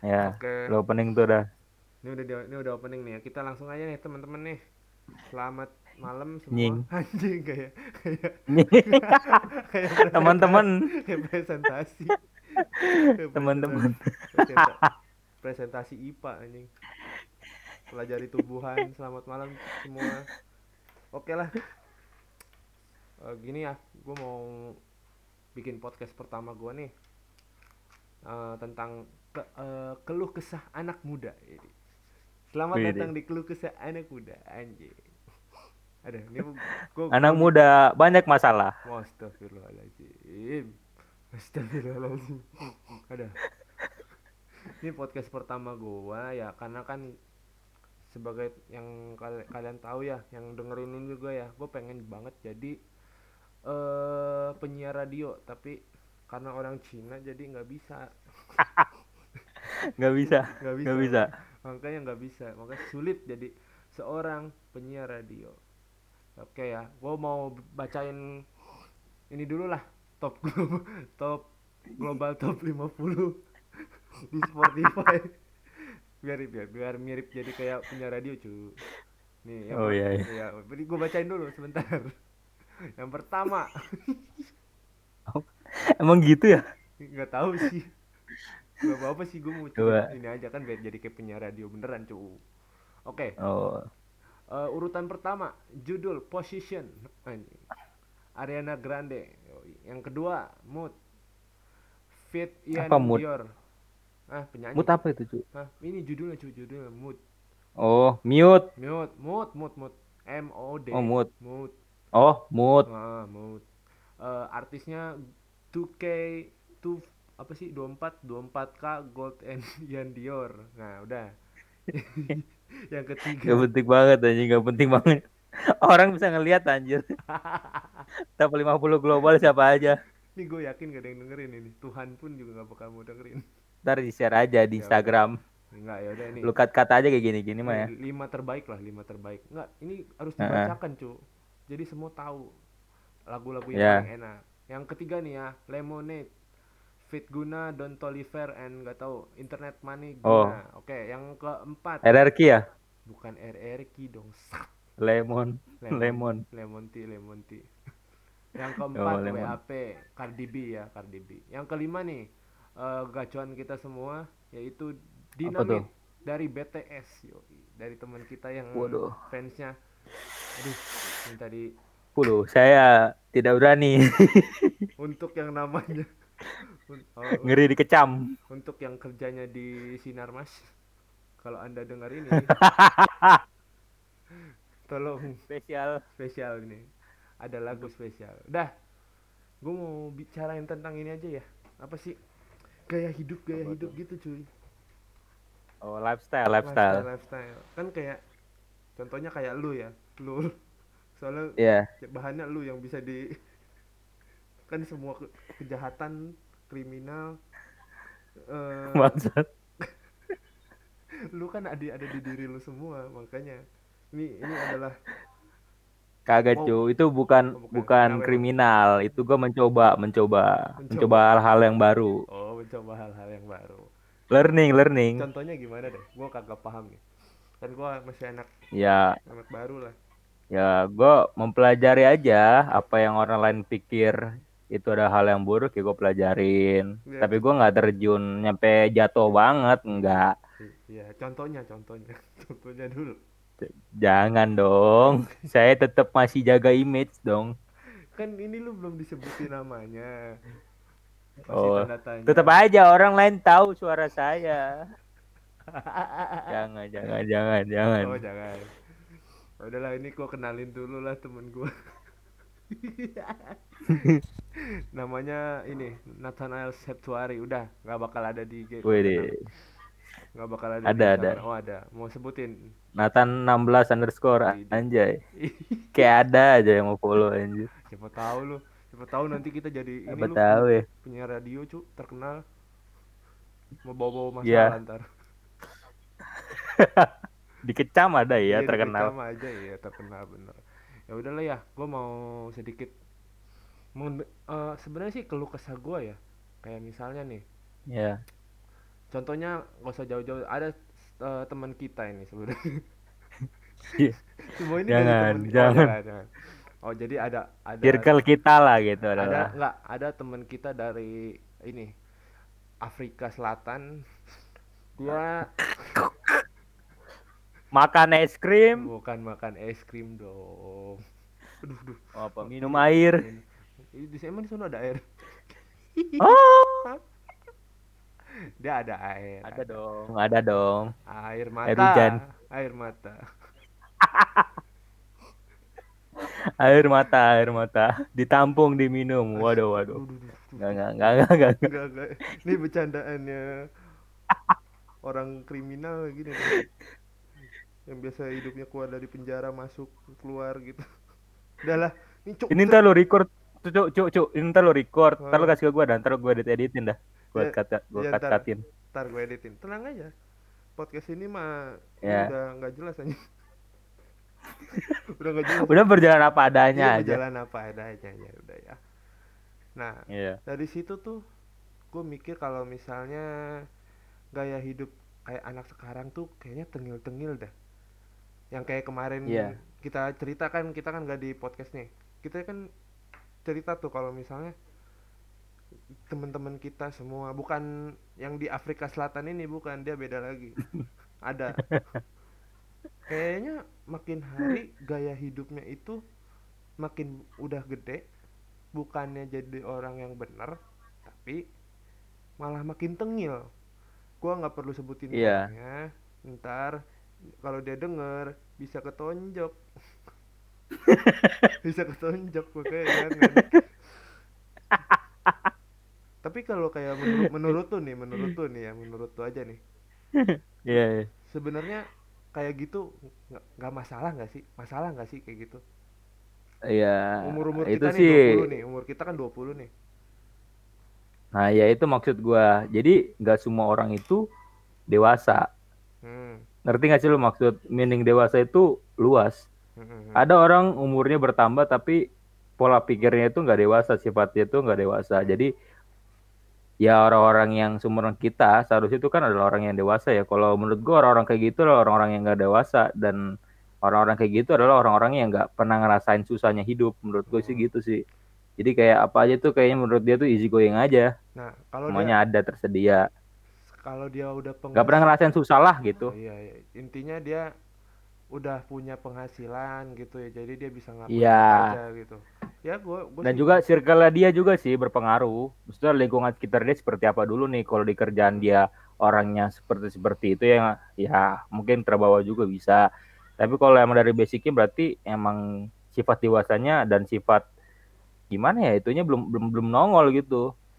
Ya, Oke, lu opening tuh dah. ini udah opening nih ya. Kita langsung aja nih teman-teman nih. Selamat malam semua. Nying. Anjing kayak kayak Nying. kayak Teman-teman, presentasi kayak presentasi teman-teman. presentasi presentasi IPA anjing. Pelajari tumbuhan. Selamat malam semua. Oke lah. Gini ya, gue mau bikin podcast pertama gue nih tentang keluh kesah anak muda. Selamat datang Wih, di keluh kesah anak muda anjing. Ada, ini anak gue bikin. muda banyak masalah. Astagfirullahaladzim. Astagfirullahaladzim. Ada. Ini podcast pertama gua ya karena kan sebagai yang kalian tahu ya, yang dengerin ini juga ya, gue pengen banget jadi penyiar radio tapi karena orang Cina jadi nggak bisa. Nggak bisa, Nggak nggak bisa bisa. makanya nggak bisa, makanya sulit jadi seorang penyiar radio. Oke ya, gue mau bacain ini dulu lah, top top global top 50 di Spotify. Biar mirip jadi kayak punya radio cu. Nih Oh iya, iya. ya beri gue bacain dulu sebentar. Yang pertama, Emang gitu ya? nggak tahu sih, nggak apa-apa sih, gue mau Coba. ini aja kan biar jadi kayak punya radio beneran cu. Oke, Oh, urutan pertama judul Position, Ariana Grande. Yang kedua Mood, Fit apa Ian mood? Dior. Penyanyi Mood cu. apa itu, cu? Ini judulnya cu, judulnya Mood. Oh, mute. Mood. Oh, MOD. mood. Mood. Oh, mood. Mood. Artisnya 2K, 2 apa sih, 24 k Gold and Ian Dior. Nah, udah. Yang Gak ketiga. penting banget anjing, gak penting banget. Orang bisa ngelihat anjir. Top 50 global siapa aja. Ini gue yakin gak ada yang dengerin ini. Tuhan pun juga gak bakal mau dengerin. Ntar di-share aja di Ya udah. Instagram. Enggak, ya udah nih. Lu cut-cut aja kayak gini-gini mah Nih ya. 5 terbaik lah, 5 terbaik. Enggak, ini harus Heeh. dibacakan, cu. Jadi semua tahu lagu-lagu yang paling Ya. enak. Yang ketiga nih ya, Lemonade, Fit Guna, Don Toliver, and gak tahu Internet Money Oh, Guna. Oke, yang keempat, RRQ ya? bukan RRQ dong. Lemon. Lemon, Lemon. Lemon Tea. Yang Oh, keempat lemon. WAP, Cardi B ya, Cardi B. Yang kelima nih, gacuan kita semua yaitu Apa tuh? Dynamite dari BTS, yoi. Dari teman kita yang Waduh. fansnya, aduh, minta di Waduh, saya tidak berani. untuk yang namanya oh, Ngeri dikecam. untuk yang kerjanya di Sinar Mas, kalau anda dengar ini tolong Spesial. spesial ini, ada lagu Untuk spesial. Udah, gue mau bicarain tentang ini aja ya, apa sih, gaya apa hidup tuh? gitu cuy. Oh, lifestyle, lifestyle lifestyle. lifestyle kan kayak contohnya kayak lu ya, lu soalnya Iya, bahannya lu yang bisa di, kan semua kejahatan kriminal, eh maksud. lu kan ada di diri lu semua, makanya ini adalah Kagak mau. cu, itu bukan Oh, bukan bukan kenapa emang? kriminal. Itu gua mencoba, mencoba, mencoba Mencoba. hal-hal yang baru. Mencoba hal-hal yang baru. Learning, learning. Contohnya gimana deh, gua kagak paham nih, kan gua masih anak Ya, anak baru lah. ya, gue mempelajari aja apa yang orang lain pikir itu ada hal yang buruk ya gue pelajarin. Ya, Tapi gue nggak terjun nyampe jatuh banget, nggak. iya, contohnya contohnya dulu. Jangan dong. Saya tetap masih jaga image dong. Kan ini lu belum disebutin namanya, masih Oh, tanda tetap tanya. aja orang lain tahu suara saya. Jangan, jangan, jangan, jangan. Oh jangan. Udahlah, ini gua kenalin dulu lah temen gua. Namanya ini Nathanael Septuari. Udah nggak bakal ada di Wih, nggak bakal ada di ada. Instagram. Oh ada, mau sebutin? Nathan 16 underscore Widih. anjay. Kayak ada aja yang mau follow anjir. Siapa tahu lu, siapa tahu nanti kita jadi ini, Apa lu tahu ya. punya radio cu terkenal, mau bawa-bawa masalah Ya, ntar. dikecam ada ya Iya, terkenal. dikecam aja ya, terkenal bener. Ya udahlah ya, gue mau sedikit sebenarnya sih keluh kesah gue ya, kayak misalnya nih, Ya, Contohnya nggak usah jauh-jauh, ada teman kita ini sebenarnya. Iya. Semua ini dari Jangan, temen. Oh jangan. jangan jangan. Oh jadi ada Circle kita lah gitu adalah nggak ada teman kita dari ini Afrika Selatan. Dia makan es krim, bukan makan es krim dong. Aduh, aduh. apa Oh, minum air. ini di emang di sana ada air. Oh, Dia ada air, ada ada dong, ada dong. air Air hujan, mata, air mata. air mata, ditampung, diminum. Waduh, waduh. Duh, duh, duh, duh, Nggak, duh. nggak, nggak, nggak, nggak, nggak. Enggak. Ini bercandaannya orang kriminal gini nih. Yang biasa hidupnya keluar dari penjara masuk keluar gitu. Udahlah, ini cuk Ini set. ntar lo record, cuk, cuk, cuk, cuk. Ini ntar lo record, ntar lo Hah? kasih ke gue, dan ntar gue edit-editin dah. Ya, Gue ya ntar, cut-cutin. ntar gue editin. Tenang aja. Podcast ini mah lu Ya, udah nggak jelas aja. Udah nggak jelas udah ini. berjalan apa Iya adanya aja. berjalan apa adanya ya udah ya. Nah, Iya, dari situ tuh gue mikir kalau misalnya gaya hidup kayak anak sekarang tuh kayaknya tengil-tengil dah. Yang kayak kemarin iya, kita cerita kan, kita kan gak di podcast nih. Kita kan cerita tuh kalau misalnya teman-teman kita semua bukan yang di Afrika Selatan ini, bukan, dia beda lagi. Ada. Kayaknya makin hari gaya hidupnya itu makin udah gede, bukannya jadi orang yang benar, tapi malah makin tengil. Gua nggak perlu sebutin iya. orangnya, ntar kalau dia denger bisa ketonjok. Bisa ketonjok, makanya jangan. Tapi kalau kayak menurut tuh nih ya, menurut tuh aja nih, Iya, iya. sebenarnya kayak gitu nggak masalah nggak sih, masalah nggak sih kayak gitu? Iya, Umur umur itu kita nih sih. 20 nih, umur kita kan 20 nih. Nah, ya itu maksud gua. Jadi nggak semua orang itu dewasa. Hmm. Ngerti nggak sih lu maksud meaning dewasa itu luas. Hmm, hmm, hmm. Ada orang umurnya bertambah tapi pola pikirnya itu nggak dewasa, sifatnya itu nggak dewasa. Jadi ya orang-orang yang seumuran kita seharusnya itu kan adalah orang yang dewasa ya. Kalau menurut gua orang-orang kayak gitu adalah orang-orang yang nggak dewasa dan orang-orang kayak gitu adalah orang-orang yang nggak pernah ngerasain susahnya hidup. Menurut gue sih Oh. gitu sih. Jadi kayak apa aja tuh kayaknya menurut dia tuh easy going aja. Nah, kalau Semuanya dia ada tersedia. udah Gak pernah ngerasain susah lah gitu. iya, iya, intinya dia udah punya penghasilan gitu ya, jadi dia bisa ngelakuin Iya. apa aja gitu. Ya gue Dan sih juga circle dia juga sih berpengaruh. Maksudnya lingkungan sekitar dia seperti apa dulu nih. Kalau di kerjaan hmm, dia orangnya seperti seperti itu ya, ya mungkin terbawa juga bisa. Tapi kalau emang dari basicnya berarti emang sifat dewasanya dan sifat gimana ya itunya belum belum belum nongol gitu.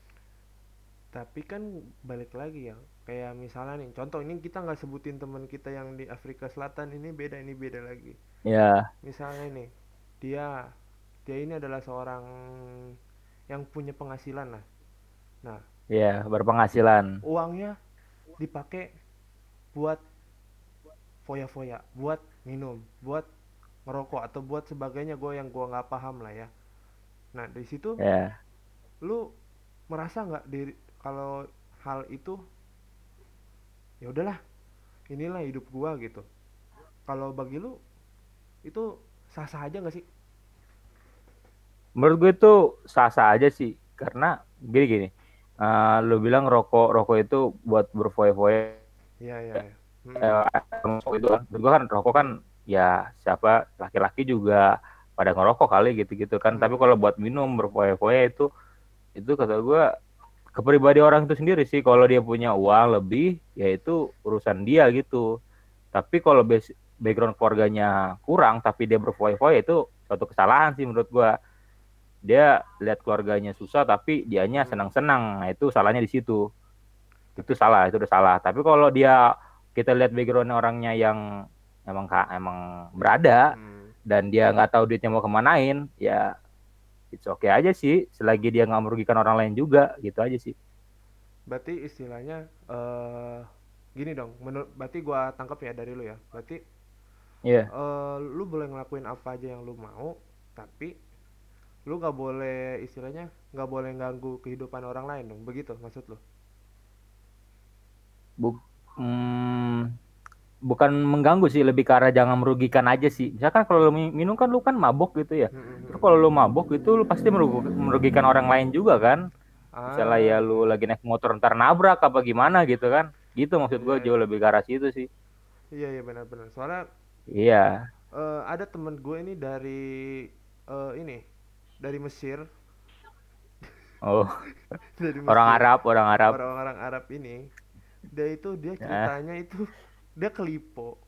tapi kan balik lagi ya, kayak misalnya nih contoh, ini kita nggak sebutin teman kita yang di Afrika Selatan, ini beda lagi. Ya, Misalnya nih, dia dia ini adalah seorang yang punya penghasilan lah. Nah, ya berpenghasilan. uangnya dipakai buat foya-foya, buat minum, buat ngerokok atau buat sebagainya, gue nggak paham lah ya. Nah dari situ Ya, lu merasa nggak diri kalau hal itu ya udahlah, inilah hidup gua gitu. Kalau bagi lu itu sah-sah aja nggak sih? menurut gue itu sah-sah aja sih karena gini-gini. Lu bilang rokok rokok itu buat berfoya-foya. Iya, iya, iya. eh, Rokok itu kan, menurut gua kan rokok kan ya siapa laki-laki juga pada ngerokok kali gitu-gitu kan. Tapi kalau buat minum berfoya-foya itu kata gua kepribadian orang itu sendiri sih. Kalau dia punya uang lebih, ya itu urusan dia gitu. Tapi kalau background keluarganya kurang, tapi dia berfoya-foya itu suatu kesalahan sih menurut gua. Dia lihat keluarganya susah, tapi dianya Hmm. senang-senang. Nah itu salahnya di situ. Itu Tapi salah, itu udah salah. Tapi kalau dia kita lihat background orangnya yang emang berada hmm, dan dia nggak tahu duitnya mau kemanain, ya it's okay aja sih, selagi dia nggak merugikan orang lain juga, gitu aja sih. berarti istilahnya gini dong. Berarti gua tangkap ya dari lu ya. Berarti Iya, lu boleh ngelakuin apa aja yang lu mau, tapi lu nggak boleh istilahnya nggak boleh ganggu kehidupan orang lain dong. Begitu maksud lu? Bu- hmm, bukan mengganggu sih, lebih ke arah jangan merugikan aja sih. Misalkan kalau lu minum kan lu kan mabok gitu ya. Terus kalau lu mabok itu lu pasti merugikan orang lain juga kan. Misalnya ya Ah, lu iya. lagi naik motor ntar nabrak apa gimana gitu kan. Gitu maksud gue Iya, jauh lebih ke arah situ sih. iya, iya, benar-benar. Soalnya Iya. ada temen gue ini dari ini dari Mesir, Oh, dari orang Mesir, Arab, orang Arab. orang-orang Arab ini, dia Nah, ceritanya itu dia kelipo,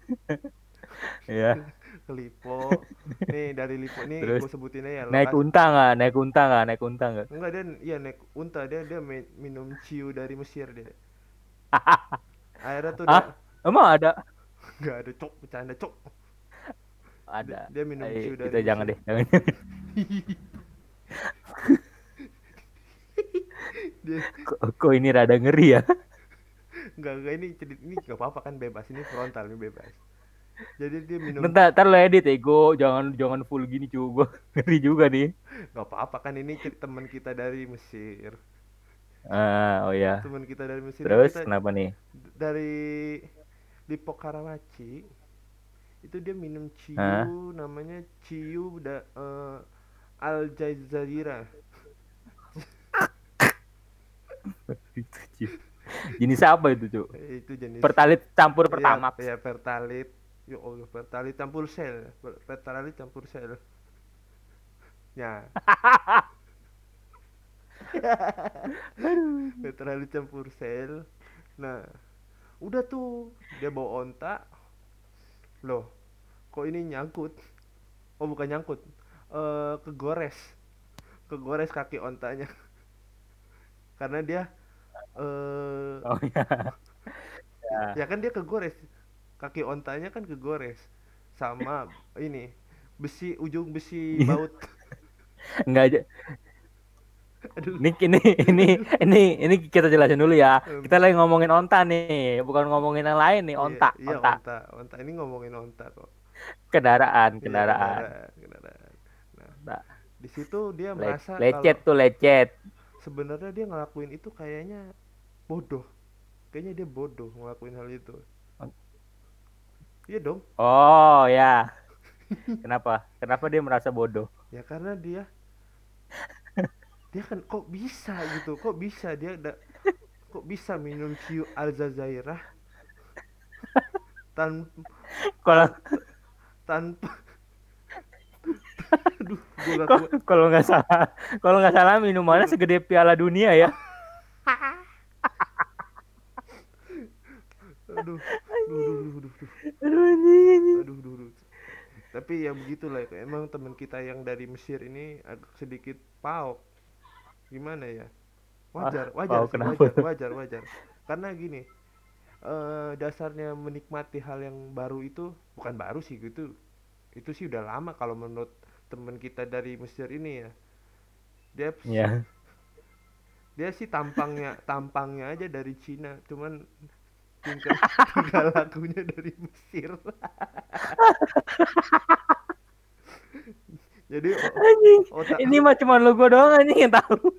iya. kelipo. Nih dari Lipo nih Terus gue sebutin aja naik lokasi. unta nggak? Naik unta nggak? Naik unta nggak? Enggak, dia iya naik unta, dia minum ciu dari Mesir dia. Akhirnya tuh Ah, emang ada? nggak ada cok, bercanda cok. Ada. Dia minum ciu Kita dari jangan Mesir. deh. Jangan. Dia Kok ini rada ngeri ya? nggak ini ini nggak apa-apa kan, bebas ini frontal ini bebas. Jadi dia minum, Ntar lo edit ego, jangan jangan full gini cuy, gue ngeri juga nih. nggak apa-apa kan ini teman kita dari Mesir, Oh ya, teman kita dari Mesir nih, terus kita kenapa nih? dari Lipo Karawaci itu dia minum Hah? ciu, namanya ciu Al Jazeera. Itu, cuy. Jenis apa itu cuy? Itu jenis, Pertalit campur ya pertamax. ya pertalit. Yo Allah, pertalit campur sel, pertalit campur sel. Ya, Aduh. pertalit campur sel. Nah, udah tuh dia bawa onta. Loh, kok ini nyangkut? Oh, bukan nyangkut. Kegores. Kegores kaki ontanya. Karena dia eh Oh ya. ya Ya. kan dia kegores. Kaki ontanya kan kegores sama ini besi, ujung besi baut. Enggak aja. Aduh, Ini aduh. ini kita jelasin dulu ya. Em, Kita lagi ngomongin onta nih, bukan ngomongin yang lain nih. iya, Onta, iya, onta. onta, onta ini ngomongin onta kok. Kendaraan, Iya, kendaraan. kendaraan, kendaraan. Nah, Onta. di situ dia merasa kalau Lecet tuh lecet. sebenarnya dia ngelakuin itu kayaknya bodoh. Kayaknya dia bodoh ngelakuin hal itu. Iya dong. Oh ya. Kenapa? Kenapa dia merasa bodoh? Ya karena dia kan kok bisa gitu, kok bisa kok bisa minum ciu Aljazairah tan Kalau tan tanpa aduh gue gak kok kuat. kalau nggak salah, kalau nggak salah Gue minumannya gak segede Piala Dunia ya. aduh duh duh duh duh duh Aduh, anjing, anjing. aduh duh, duh. Tapi ya begitulah, emang teman kita yang dari Mesir ini agak sedikit paok, gimana ya, Ah, wajar wajar wow, sih, kenapa wajar tuh? wajar wajar. Karena gini, dasarnya menikmati hal yang baru itu bukan baru sih gitu, itu sih udah lama kalau menurut teman kita dari Mesir ini ya. dia Ya. dia sih tampangnya tampangnya aja dari Cina, cuman tingkah tingkah lakunya dari Mesir. Jadi Anjing. otak Ini mah cuma lu gua doang anjing yang tahu.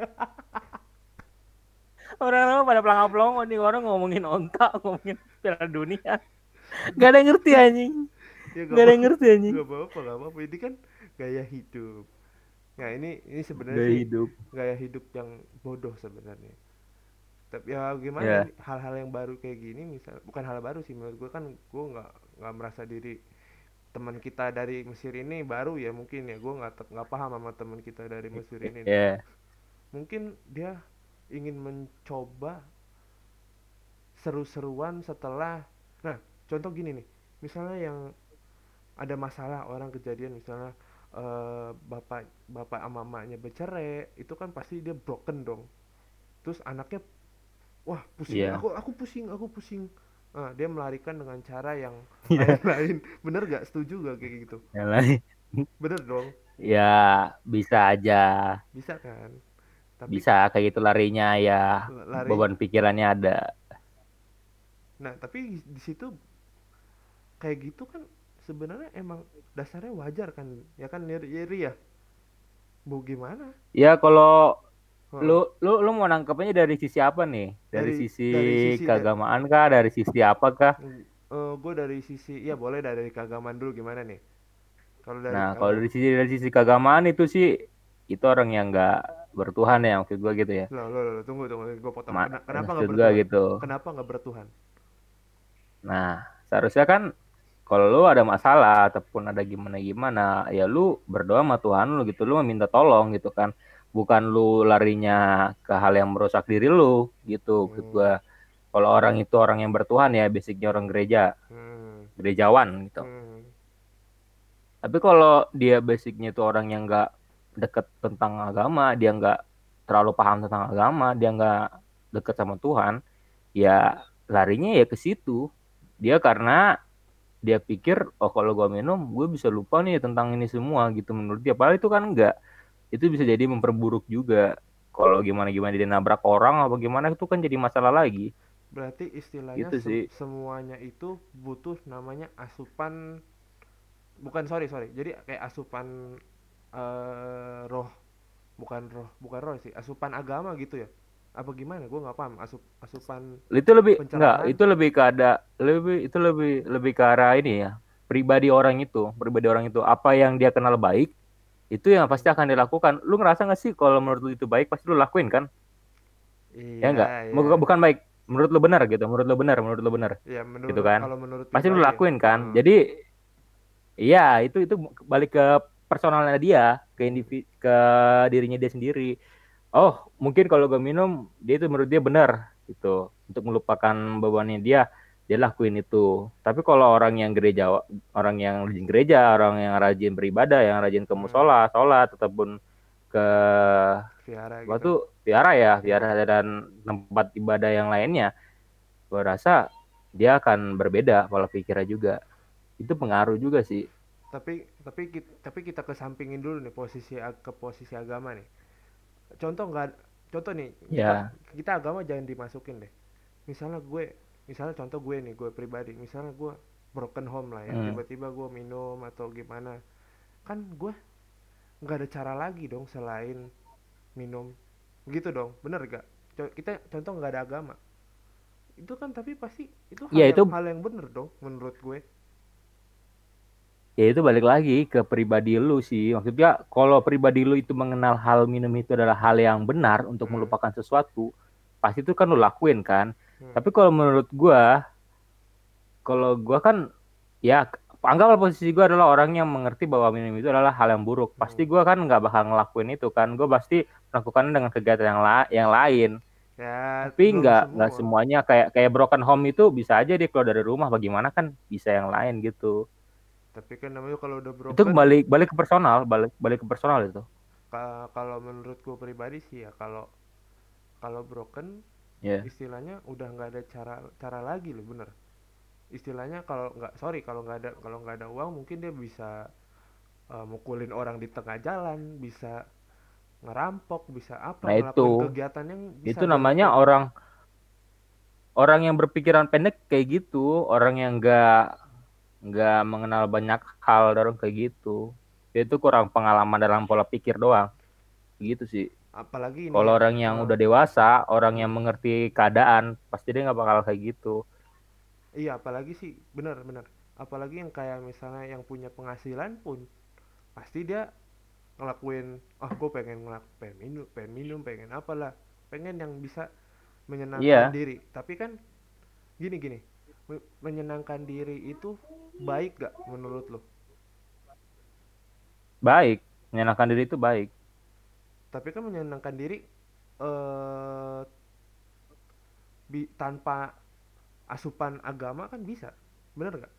Orang-orang pada pelangap-pelongo nih, orang ngomongin onta, ngomongin Piala Dunia. Gak ada yang ngerti anjing. ya gak Gak ada apa yang ngerti anjing. gak apa apa, ini kan gaya hidup. Nah, ini sebenarnya Gaya sih hidup. gaya hidup yang bodoh sebenarnya. Tapi ya gimana, ini Ya. hal-hal yang baru kayak gini, misal bukan hal baru sih menurut gue, kan gue nggak merasa diri teman kita dari Mesir ini baru ya, mungkin ya gue nggak paham sama teman kita dari Mesir ini nih. Ya. Mungkin dia ingin mencoba seru-seruan setelah, nah contoh gini nih, misalnya yang ada masalah orang kejadian, misalnya bapak bapak sama mamanya bercerai, itu kan pasti dia broken dong. Terus anaknya, wah pusing, Iya. aku pusing, aku pusing. Nah, dia melarikan dengan cara yang Iya. lain-lain. Bener gak, setuju gak kayak gitu? Yang lain. Bener dong, Ya, bisa aja. bisa kan. Tapi Bisa kayak gitu larinya ya. lari, Beban pikirannya ada. nah tapi di situ kayak gitu kan sebenarnya emang dasarnya wajar kan, ya kan, Ri ya, mau gimana. Ya kalau Heeh. lu mau nangkepnya dari sisi apa nih? Dari sisi Dari sisi keagamaan kah? Dari sisi apa kah? gue dari sisi, ya boleh dari keagamaan dulu, gimana nih kalau dari Nah, kalau keagama. dari sisi keagamaan itu sih itu orang yang nggak bertuhan ya maksud gua gitu ya. Loh, tunggu tunggu, gue potong. Kenapa nggak Maksud gua bertuhan? gitu. Kenapa nggak bertuhan? Nah, seharusnya kan kalau lu ada masalah ataupun ada gimana-gimana, ya lu berdoa sama Tuhan lu gitu, lu meminta tolong gitu kan. Bukan lu larinya ke hal yang merusak diri lu gitu. Maksud Hmm. gua, kalau orang itu orang yang bertuhan ya, basicnya orang gereja, Hmm. gerejawan gitu. Hmm. Tapi kalau dia basicnya itu orang yang nggak deket tentang agama, dia nggak terlalu paham tentang agama, dia nggak deket sama Tuhan, ya larinya ya ke situ. Dia karena dia pikir, oh kalau gue minum, gue bisa lupa nih tentang ini semua gitu menurut dia. Padahal itu kan enggak. Itu bisa jadi memperburuk juga. Kalau gimana-gimana dia nabrak orang apa gimana itu kan jadi masalah lagi. Berarti istilahnya Gitu sih. semuanya itu butuh namanya asupan, bukan, sorry sorry, jadi kayak asupan, roh, bukan roh sih, asupan agama gitu ya, apa gimana, gue nggak paham. Asupan Itu lebih enggak, pencerahan. itu lebih ke ada lebih lebih ke arah ini ya. Pribadi orang itu apa yang dia kenal baik, itu yang Hmm. pasti akan dilakukan. Lu ngerasa nggak sih kalau menurut lu itu baik pasti lu lakuin kan? Ya Iya, enggak? iya. Bukan baik, menurut lu benar gitu, menurut lu benar Ya gitu menurut, kan. kalau menurut Pasti lu pribadi ya. lakuin kan. Heeh. Jadi iya, itu balik ke personalnya dia, ke Hmm. individu, ke dirinya dia sendiri. Oh, mungkin kalau gue minum, dia itu menurut dia benar gitu. Untuk melupakan bebannya dia lakuin itu. Tapi kalau orang yang rajin gereja, orang yang rajin beribadah, yang rajin ke Hmm. musola, sholat, ataupun ke Vihara gua gitu. tuh biara ya, biara Hmm. dan tempat ibadah yang lainnya, gue rasa dia akan berbeda pola pikirnya juga. Itu pengaruh juga sih. Tapi kita kesampingin dulu nih ke posisi agama nih. Contoh nggak, contoh nih, Ya, kita agama jangan dimasukin deh. Misalnya misalnya contoh gue nih, gue pribadi, misalnya gue broken home lah ya, hmm. tiba-tiba gue minum atau gimana, kan gue nggak ada cara lagi dong selain minum, gitu dong, bener gak? Kita contoh nggak ada agama, itu kan, tapi pasti itu Ya itu hal yang bener dong menurut gue. ya itu balik lagi ke pribadi lu sih. Maksudnya kalau pribadi lu itu mengenal hal minum itu adalah hal yang benar untuk Hmm. melupakan sesuatu, pasti itu kan lu lakuin kan. Hmm. Tapi kalau gua kan ya anggaplah posisi gua adalah orang yang mengerti bahwa minum itu adalah hal yang buruk. Pasti Hmm. gua kan nggak bakal ngelakuin itu kan. Gua pasti melakukannya dengan kegiatan yang lain. Ya Tapi belum nggak semua. semuanya kayak kayak broken home itu bisa aja dia keluar dari rumah bagaimana kan bisa yang lain gitu. Tapi kan namanya kalau udah Itu broken, balik balik ke personal, balik balik ke personal itu. kalau menurutku pribadi sih ya, kalau kalau broken, Ya. istilahnya udah nggak ada cara cara lagi loh, bener. Istilahnya kalau nggak, sorry, kalau nggak ada uang mungkin dia bisa mukulin orang di tengah jalan, bisa ngerampok, bisa apa, Nah ngelakuin kegiatan yang itu bisa dia namanya lakuin. orang orang yang berpikiran pendek kayak gitu, orang yang nggak mengenal banyak hal orang kayak gitu. Dia itu kurang pengalaman dalam pola pikir doang, gitu sih. Apalagi ini Kalau ya, orang yang udah dewasa, orang yang hmm, mengerti keadaan, pasti dia nggak bakal kayak gitu. iya, apalagi sih, bener-bener, apalagi yang kayak misalnya yang punya penghasilan pun pasti dia ngelakuin, ah gue pengen pengen minum, pengen apalah, pengen yang bisa menyenangkan Iya, diri. Tapi kan gini gini, menyenangkan diri itu baik gak menurut lo? baik. Menyenangkan diri itu baik. Tapi kan menyenangkan diri eh tanpa asupan agama kan bisa, bener gak?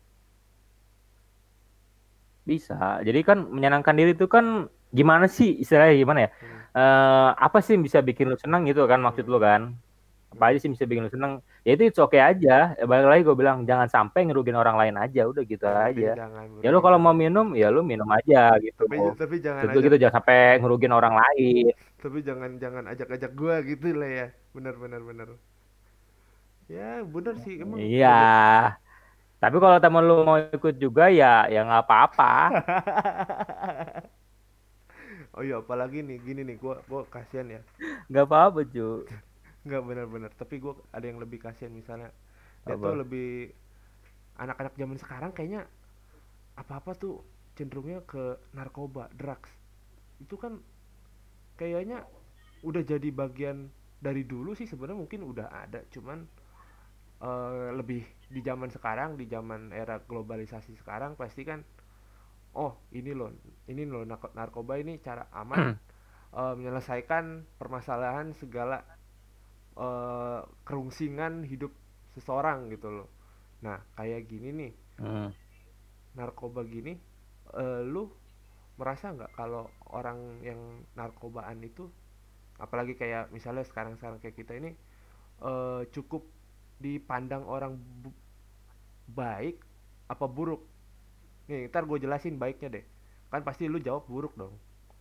Bisa. Jadi kan menyenangkan diri itu kan gimana sih istilahnya gimana ya? Hmm. Apa sih yang bisa bikin lu senang gitu kan maksud Hmm. lu kan? Apa Hmm. aja sih yang bisa bikin lu senang? Ya itu it's okay aja. Ya, balik lagi gue bilang jangan sampai ngerugiin orang lain aja. Udah gitu Tapi aja. jangan Ya lu kalau merugikan mau orang minum lain. ya lu minum aja gitu. Tapi jangan Maksud gue ajak, gitu jangan sampai ngerugiin orang lain. tapi jangan jangan ajak-ajak gua gitu lah ya. Bener bener bener. Ya bener sih, emang Iya. beda. Tapi kalau temen lu mau ikut juga ya ya nggak apa-apa. Oh iya, apalagi nih gini nih, gua kasihan ya. Nggak apa-apa cu. Nggak, benar-benar, tapi gua ada yang lebih kasihan, misalnya dia tuh Apa? lebih, anak-anak zaman sekarang kayaknya apa-apa tuh cenderungnya ke narkoba, drugs. Itu kan kayaknya udah jadi bagian dari dulu sih sebenarnya, mungkin udah ada, cuman lebih di zaman sekarang, di zaman era globalisasi sekarang pasti kan, oh ini loh narkoba ini cara aman menyelesaikan permasalahan segala kerungsingan hidup seseorang gitu loh. Nah kayak gini nih, Hmm. narkoba gini, lu merasa nggak kalau orang yang narkobaan itu, apalagi kayak misalnya sekarang-sekarang kayak kita ini, cukup dipandang orang baik apa buruk? Nih ntar gue jelasin baiknya deh, kan pasti lu jawab buruk dong,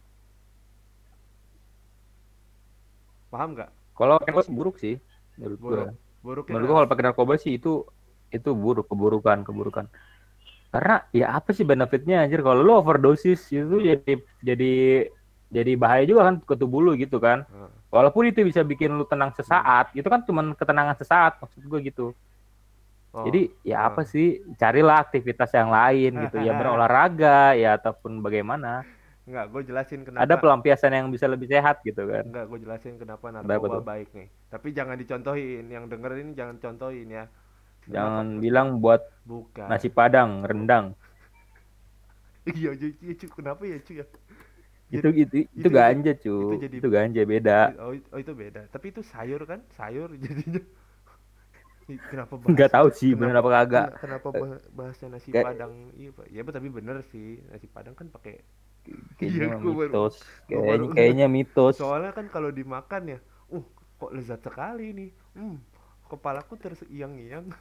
paham nggak? Kalau pakai narkoba buruk sih menurut gue. Buruk, buruknya Menurut gue kenapa? kalau pakai narkoba sih itu buruk, keburukan. Karena ya apa sih benefitnya anjir kalau lu overdosis itu jadi jadi bahaya juga kan ke tubuh lu gitu kan. Nah, Walaupun itu bisa bikin lu tenang sesaat, itu kan cuma ketenangan sesaat maksud gue gitu. oh, Jadi ya apa sih, carilah aktivitas yang lain gitu ya, berolahraga ya ataupun bagaimana. nggak, gue jelasin Ada kenapa. pelampiasan yang bisa lebih sehat gitu kan. Nggak, gue jelasin kenapa Ada apa narkoba tuh? baik nih, tapi jangan dicontohin, yang denger ini jangan contohin ya. Kenapa? Jangan bilang buat Bukan. nasi padang, rendang. Iya, iya, iya, cu. Kenapa ya, cu ya? Itu Jadi itu itu ganja, cu. itu jadi, Itu ganja beda. oh, oh itu beda. Tapi itu sayur kan? Sayur jadinya. Kenapa Nggak bahas? tahu sih bener Kenapa apa kagak. kenapa bahasnya nasi Kayak Padang? Iya, Pak. Ya, tapi bener sih, nasi Padang kan pakai. kayaknya Iya, mah gue baru mitos. gue Kayaknya baru ngeh. kayaknya mitos. Soalnya kan kalau dimakan ya, kok lezat sekali nih. Kepalaku tersiang-iang.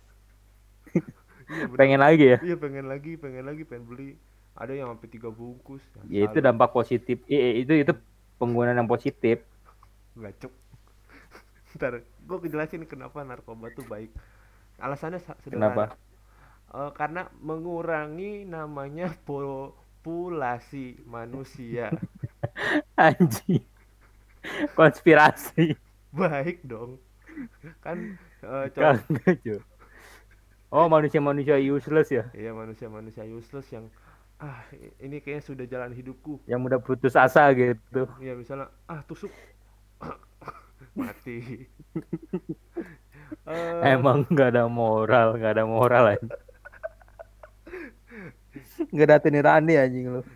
Iya bener. Pengen lagi ya. Iya, pengen lagi, pengen beli. Ada yang sampai 3 bungkus. Ya, Ya itu salut. dampak positif. Itu penggunaan yang positif. Gacok. Ntar gue kejelasin kenapa narkoba tuh baik. Alasannya sederhana. Kenapa? Karena mengurangi namanya populasi manusia. Anjing. Konspirasi. Baik dong. Kan coba. Kagak, cu. Oh, manusia-manusia useless ya. Iya, manusia-manusia useless yang, ini kayaknya sudah jalan hidupku. Yang mudah putus asa gitu. Ya misalnya, tusuk mati. eh Emang nggak ada moral, nggak ada moral aja. Nggak ada hati nurani anjing lu.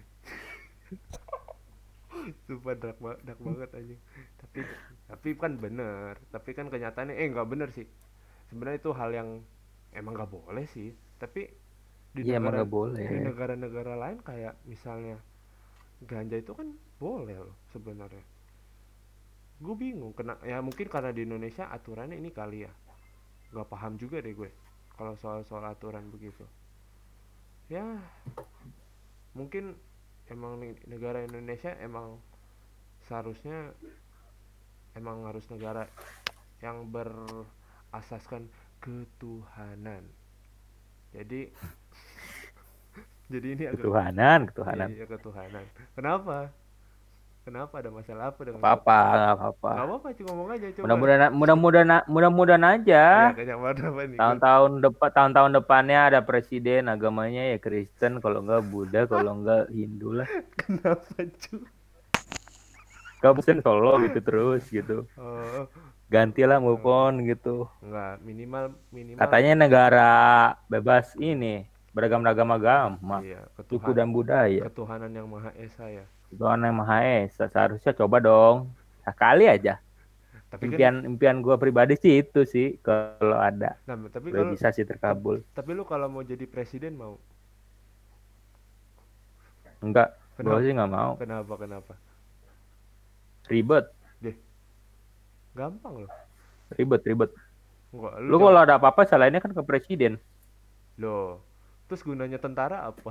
Sumpah dark banget anjing. tapi tapi kan bener, tapi kan kenyataannya nggak bener sih sebenarnya. Itu hal yang emang nggak boleh sih, tapi di Iya emang negara nggak boleh. di negara-negara lain kayak misalnya ganja itu kan boleh loh sebenarnya. Gue bingung kena, ya mungkin karena di Indonesia aturannya ini kali ya, nggak paham juga deh gue kalau soal aturan begitu ya. Mungkin emang negara Indonesia emang seharusnya emang harus negara yang berasaskan ketuhanan. Jadi ini agak, Ketuhanan, iya, ketuhanan. iya, ketuhanan. Kenapa? Kenapa ada masalah apa dengan Apa-apa, nggak apa-apa. Nggak apa-apa, cuma ngomong aja coba. Mudah-mudahan aja. Ya kenapa apa nih? Tahun-tahun depannya ada presiden agamanya ya Kristen, kalau enggak Buddha, kalau enggak Hindu lah. Kenapa cu? Gak bosen solo gitu terus gitu. Oh, Gantilah move on gitu. nggak, minimal minimal. Katanya negara bebas ini, beragam-ragam agama, Iya, suku dan budaya. ketuhanan yang maha esa ya. Tuhan yang Maha Esa, seharusnya coba dong. Sekali aja. Tapi kan, Impian gue pribadi sih itu sih, kalau ada. nah, tapi Udah kalau bisa sih terkabul. tapi lu kalau mau jadi presiden mau? Enggak, gue Kenapa? sih nggak mau. Kenapa? Ribet, Deh, gampang loh. ribet. Enggak, lu Lu jangan. kalau ada apa-apa salahinnya kan ke presiden. Loh, terus gunanya tentara apa?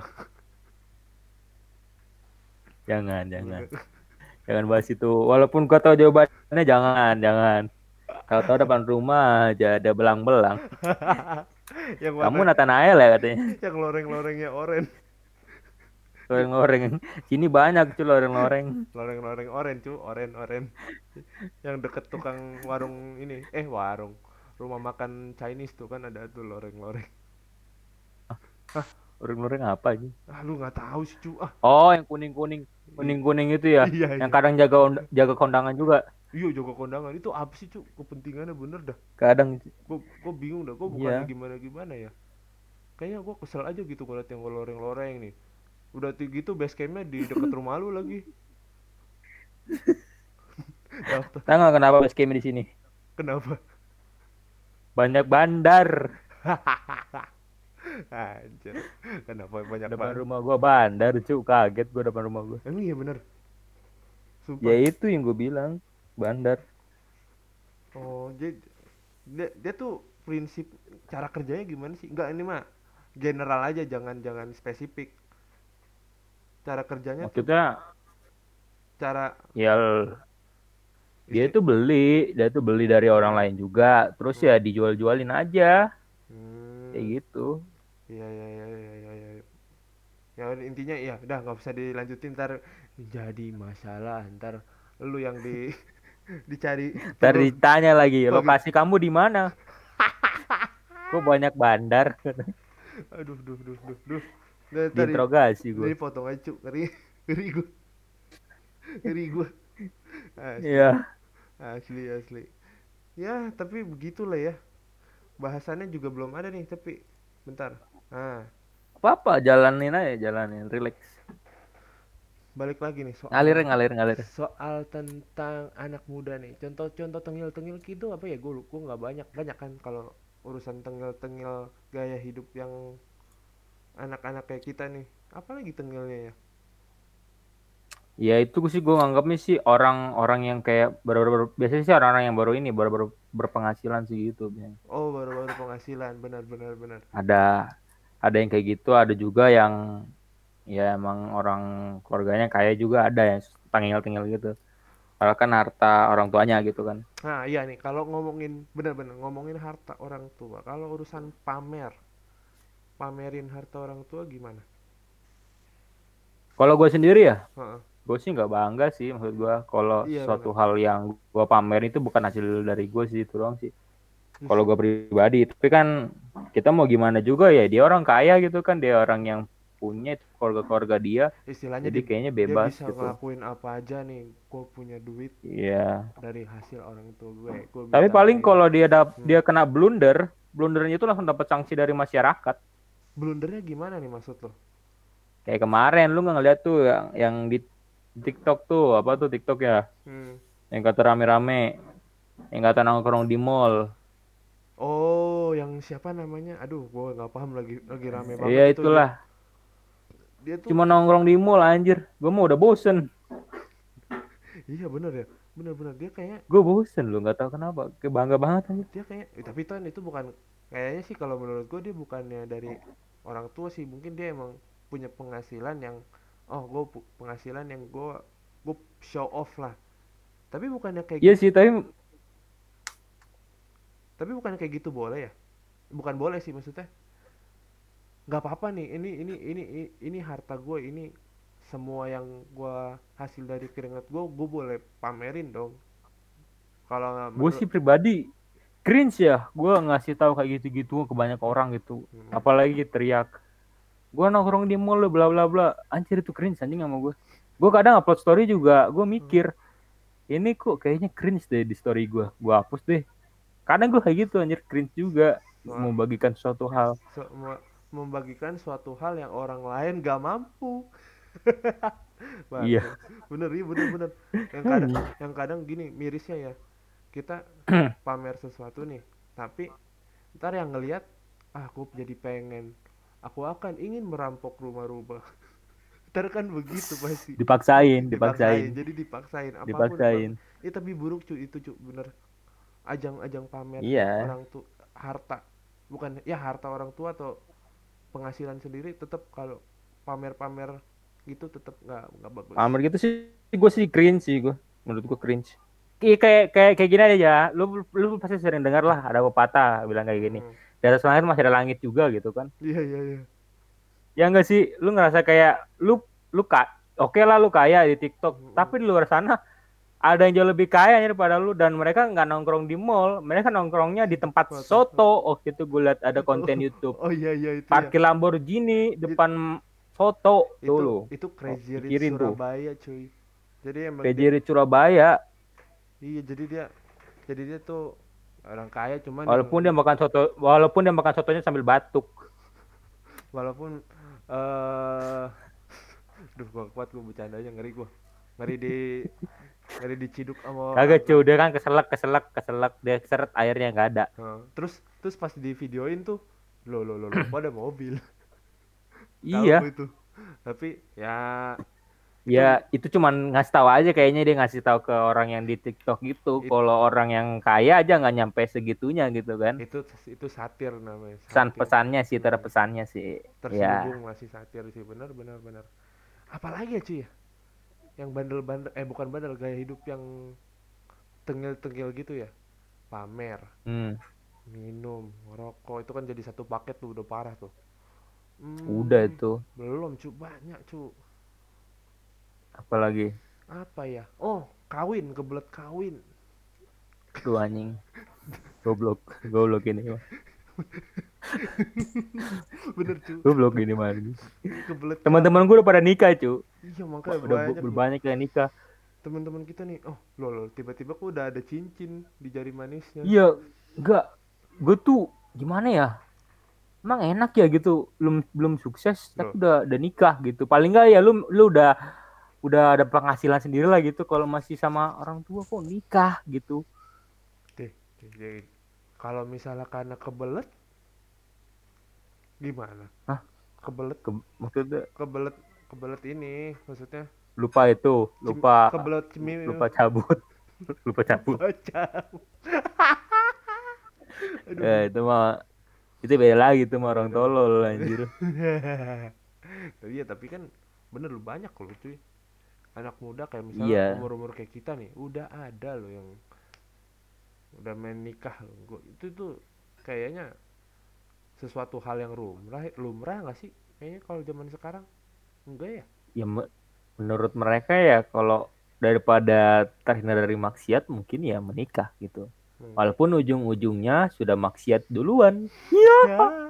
Jangan. Jangan bahas itu. Walaupun kau tahu jawabannya, jangan. Tahu-tahu depan rumah aja ada belang-belang. Yang Kamu warna, Nathanael ya katanya. yang loreng-lorengnya oranye. Loreng-loreng. Sini banyak cuy loreng-loreng. Loreng-loreng oren cu, oren yang deket tukang warung ini, warung, rumah makan Chinese tuh kan ada tuh loreng-loreng. Hah? Loreng-loreng apa aja? Lu nggak tahu sih cu, Oh, yang kuning-kuning. I- Kuning-kuning itu ya. iya Yang iya kadang jaga kondangan juga. iya, jaga kondangan itu apa sih cu, kepentingannya bener dah. Kadang Gue bingung dah, gue bukannya iya. gimana gimana ya, kayaknya gue kesel aja gitu ngeliat yang loreng-loreng nih. Udah gitu base campnya di deket rumah lu lagi. Daftar. Tahu nggak kenapa base camp di sini? Kenapa? Banyak bandar. Anjir, kenapa banyak Depan banget? rumah gua bandar, cuy. Kaget gua depan rumah gua. Emang iya bener, Ya sumpah. itu yang gue bilang, bandar. Oh, jadi dia tuh prinsip cara kerjanya gimana sih? Enggak, ini mah general aja, jangan jangan spesifik. Cara kerjanya tuh, Maksudnya cara ya dia isti itu beli dari orang hmm, lain juga, terus ya hmm, dijual-jualin aja, kayak hmm, gitu. iya iya iya iya iya iya. Ya intinya ya udah nggak usah dilanjutin, ntar jadi masalah, ntar lu yang dicari Tadi perlu ditanya lagi, pegel. lokasi kamu di mana? Kok banyak bandar? Aduh duh duh duh duh. Nah, tadi Diinterogasi gue. ini potong aja cu, ngeri ngeri gue, ngeri gue, asli Iya, asli asli. Ya tapi begitulah ya, bahasannya juga belum ada nih tapi bentar. Nah, apa-apa, jalanin aja, jalanin, relax. balik lagi nih Ngalir, soal ngalir, ngalir. tentang anak muda nih, contoh-contoh tengil-tengil gitu apa ya, gue nggak banyak banyak kan kalau urusan tengil-tengil gaya hidup yang anak-anak kayak kita nih, apalagi tengilnya ya. Ya itu sih gue nganggapnya sih orang-orang yang kayak biasanya sih orang-orang yang baru ini baru-baru berpenghasilan sih gitu biasanya. Oh, baru-baru penghasilan, benar benar benar. Ada yang kayak gitu, ada juga yang ya emang orang keluarganya kaya juga, ada yang tengil-tengil gitu. Padahal kan harta orang tuanya gitu kan. Nah iya nih, kalau ngomongin benar-benar ngomongin harta orang tua, kalau urusan pamerin harta orang tua gimana? Kalau gue sendiri ya, Heeh. gue sih nggak bangga sih, maksud gue kalau Iya suatu benar. hal yang gue pamer itu bukan hasil dari gue sih, itu doang sih. Kalau Justru gue pribadi, tapi kan kita mau gimana juga ya, dia orang kaya gitu kan, dia orang yang punya itu keluarga-keluarga dia, istilahnya jadi kayaknya dia bebas bisa gitu. ngelakuin apa aja nih, gue punya duit Iya. dari hasil orang tua gue Tapi bisa paling ini. kalau Hmm. dia kena blundernya itu langsung dapat sanksi dari masyarakat. Blundernya gimana nih maksud lo? Kayak kemarin lu nggak ngeliat tuh yang di TikTok tuh, apa tuh TikTok ya, Hmm. yang kata rame-rame, yang kata nongkrong di mall. Oh, yang siapa namanya, aduh gue nggak paham, lagi rame Iya banget itu dia. itulah, Dia tuh cuma nongkrong di mall anjir. Gue mau udah bosen. iya bener ya, bener-bener dia kayak Gue bosen lu nggak tahu kenapa. Kayak bangga banget anjir. tapi kan itu bukan, kayaknya sih kalau menurut gue dia bukannya dari orang tua sih, mungkin dia emang punya penghasilan yang, oh gue penghasilan yang gue show off lah. Tapi bukannya kayak Iya gitu, sih, tapi bukannya kayak gitu boleh ya, bukan boleh sih maksudnya, nggak apa-apa nih, ini harta gue, ini semua yang gue hasil dari keringat gue boleh pamerin dong kalau nggak gue menurut. sih pribadi cringe ya. Gue ngasih tahu kayak gitu-gitu ke banyak orang gitu. Hmm. Apalagi teriak, gue nongkrong di mall bla bla bla. Anjir itu cringe anjing sama gue. Gue kadang upload story juga, gue Hmm. mikir ini kok kayaknya cringe deh di story gue hapus deh. Kadang gue kayak gitu anjir, cringe juga Wah, membagikan suatu hal. membagikan suatu hal yang orang lain gak mampu. Bangke. Iya. Bener, iya bener bener. Yang kadang gini mirisnya ya. Kita pamer sesuatu nih, tapi ntar yang ngelihat, aku jadi pengen, aku akan ingin merampok rumah-rumah. Ntar kan begitu pasti. Dipaksain, Dipaksain, dipaksain, jadi dipaksain apapun apapun. dipaksain. Tapi buruk cuy, itu cuy bener. Ajang-ajang pamer Iya. orang tuh harta, bukan ya harta orang tua atau penghasilan sendiri, tetap kalau pamer-pamer gitu tetap nggak bagus. Pamer gitu sih, gue sih cringe sih gue. Menurut gue cringe. Kayak gini aja ya. Lu pasti sering dengar lah ada pepatah bilang kayak gini. Hmm. Di atas langit masih ada langit juga gitu kan. Iya iya iya. Ya enggak sih, lu ngerasa kayak lu oke lah lu kaya di TikTok, Mm-mm. tapi di luar sana ada yang jauh lebih kaya daripada lu, dan mereka nggak nongkrong di mall, mereka nongkrongnya di tempat Foto. soto. Waktu itu gue lihat ada konten YouTube, Oh iya iya itu ya. parkir Lamborghini It- depan soto tuh itu lu. itu Oh, Crazy Rich pikirin tuh, Surabaya cuy. Jadi emang dia, PJ Surabaya. iya jadi dia tuh orang kaya cuman yang Walaupun dia makan sotonya sambil batuk. walaupun eh duh gua kuat gua bercandanya, ngeri gua. Ngeri di ngeri diciduk sama Kagak anak. cuy, dia kan keselak keselak keselak, dia seret airnya nggak ada. Heeh. Terus pas di videoin tuh, lo kok ada mobil. Tahu Iya, itu. Tapi ya ya itu itu cuman ngasih tahu aja, kayaknya dia ngasih tahu ke orang yang di TikTok gitu. it, Kalau orang yang kaya aja nggak nyampe segitunya gitu kan. itu itu satir namanya, satir. Pesan-pesannya sih, Hmm. terpesannya sih. Ya, Terselubung masih satir sih, benar benar benar. Apalagi ya cuy ya? Yang bandel-bandel, bukan bandel, gaya hidup yang tengil-tengil gitu ya. Pamer, hmm, minum, rokok itu kan jadi satu paket tuh, udah parah tuh. udah Hmm, itu. belum cu, banyak cu. Apalagi, Apa ya? Oh, kawin, kebelet kawin. tuh anjing, goblok, goblok ini mah, Bener cu, goblok ini mah. kebelet Teman-teman kawin. gue udah pada nikah cu, Iya makanya udah banyak loh berbanyak yang nikah. teman-teman kita nih. Oh, loh, tiba-tiba kok udah ada cincin di jari manisnya. Iya, enggak, gue tuh gimana ya? Emang enak ya gitu, belum belum sukses tapi Loh, udah nikah gitu. Paling enggak ya lu udah ada penghasilan sendiri lah gitu. Kalau masih sama orang tua kok nikah gitu. deh, kalau misalnya karena kebelet gimana? Hah? Kebelet, Maksudnya kebelet, kebelet ini maksudnya lupa itu, lupa kebelet cemil. lupa cabut, lupa cabut. Baca. Ya, Aduh. itu beda lagi tuh sama orang Beda. tolol anjir. Iya tapi kan bener lu banyak loh cuy. Anak muda kayak misalnya Iya. umur-umur kayak kita nih udah ada loh yang udah main nikah loh. Itu tuh kayaknya sesuatu hal yang lumrah, lumrah nggak sih? Kayaknya kalau zaman sekarang enggak ya. Ya menurut mereka ya kalau daripada terhindar dari maksiat mungkin ya menikah gitu. Hmm. Walaupun ujung-ujungnya sudah maksiat duluan. Iya. Ya.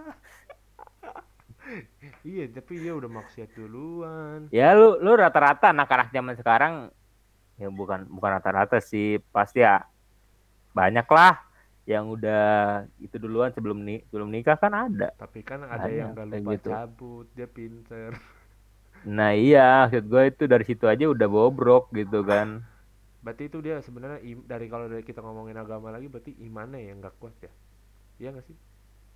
Iya tapi dia udah maksiat duluan. Ya lu rata-rata anak-anak zaman sekarang, ya bukan bukan rata-rata sih, pasti ya banyak lah yang udah itu duluan sebelum nikah kan ada Tapi kan ada yang banyak gak kayak lupa gitu. cabut, dia pinter. Nah iya, maksud gue itu dari situ aja udah bobrok gitu kan. Berarti itu dia sebenarnya dari kalau dari kita ngomongin agama lagi berarti imannya yang gak kuat ya. Iya gak sih?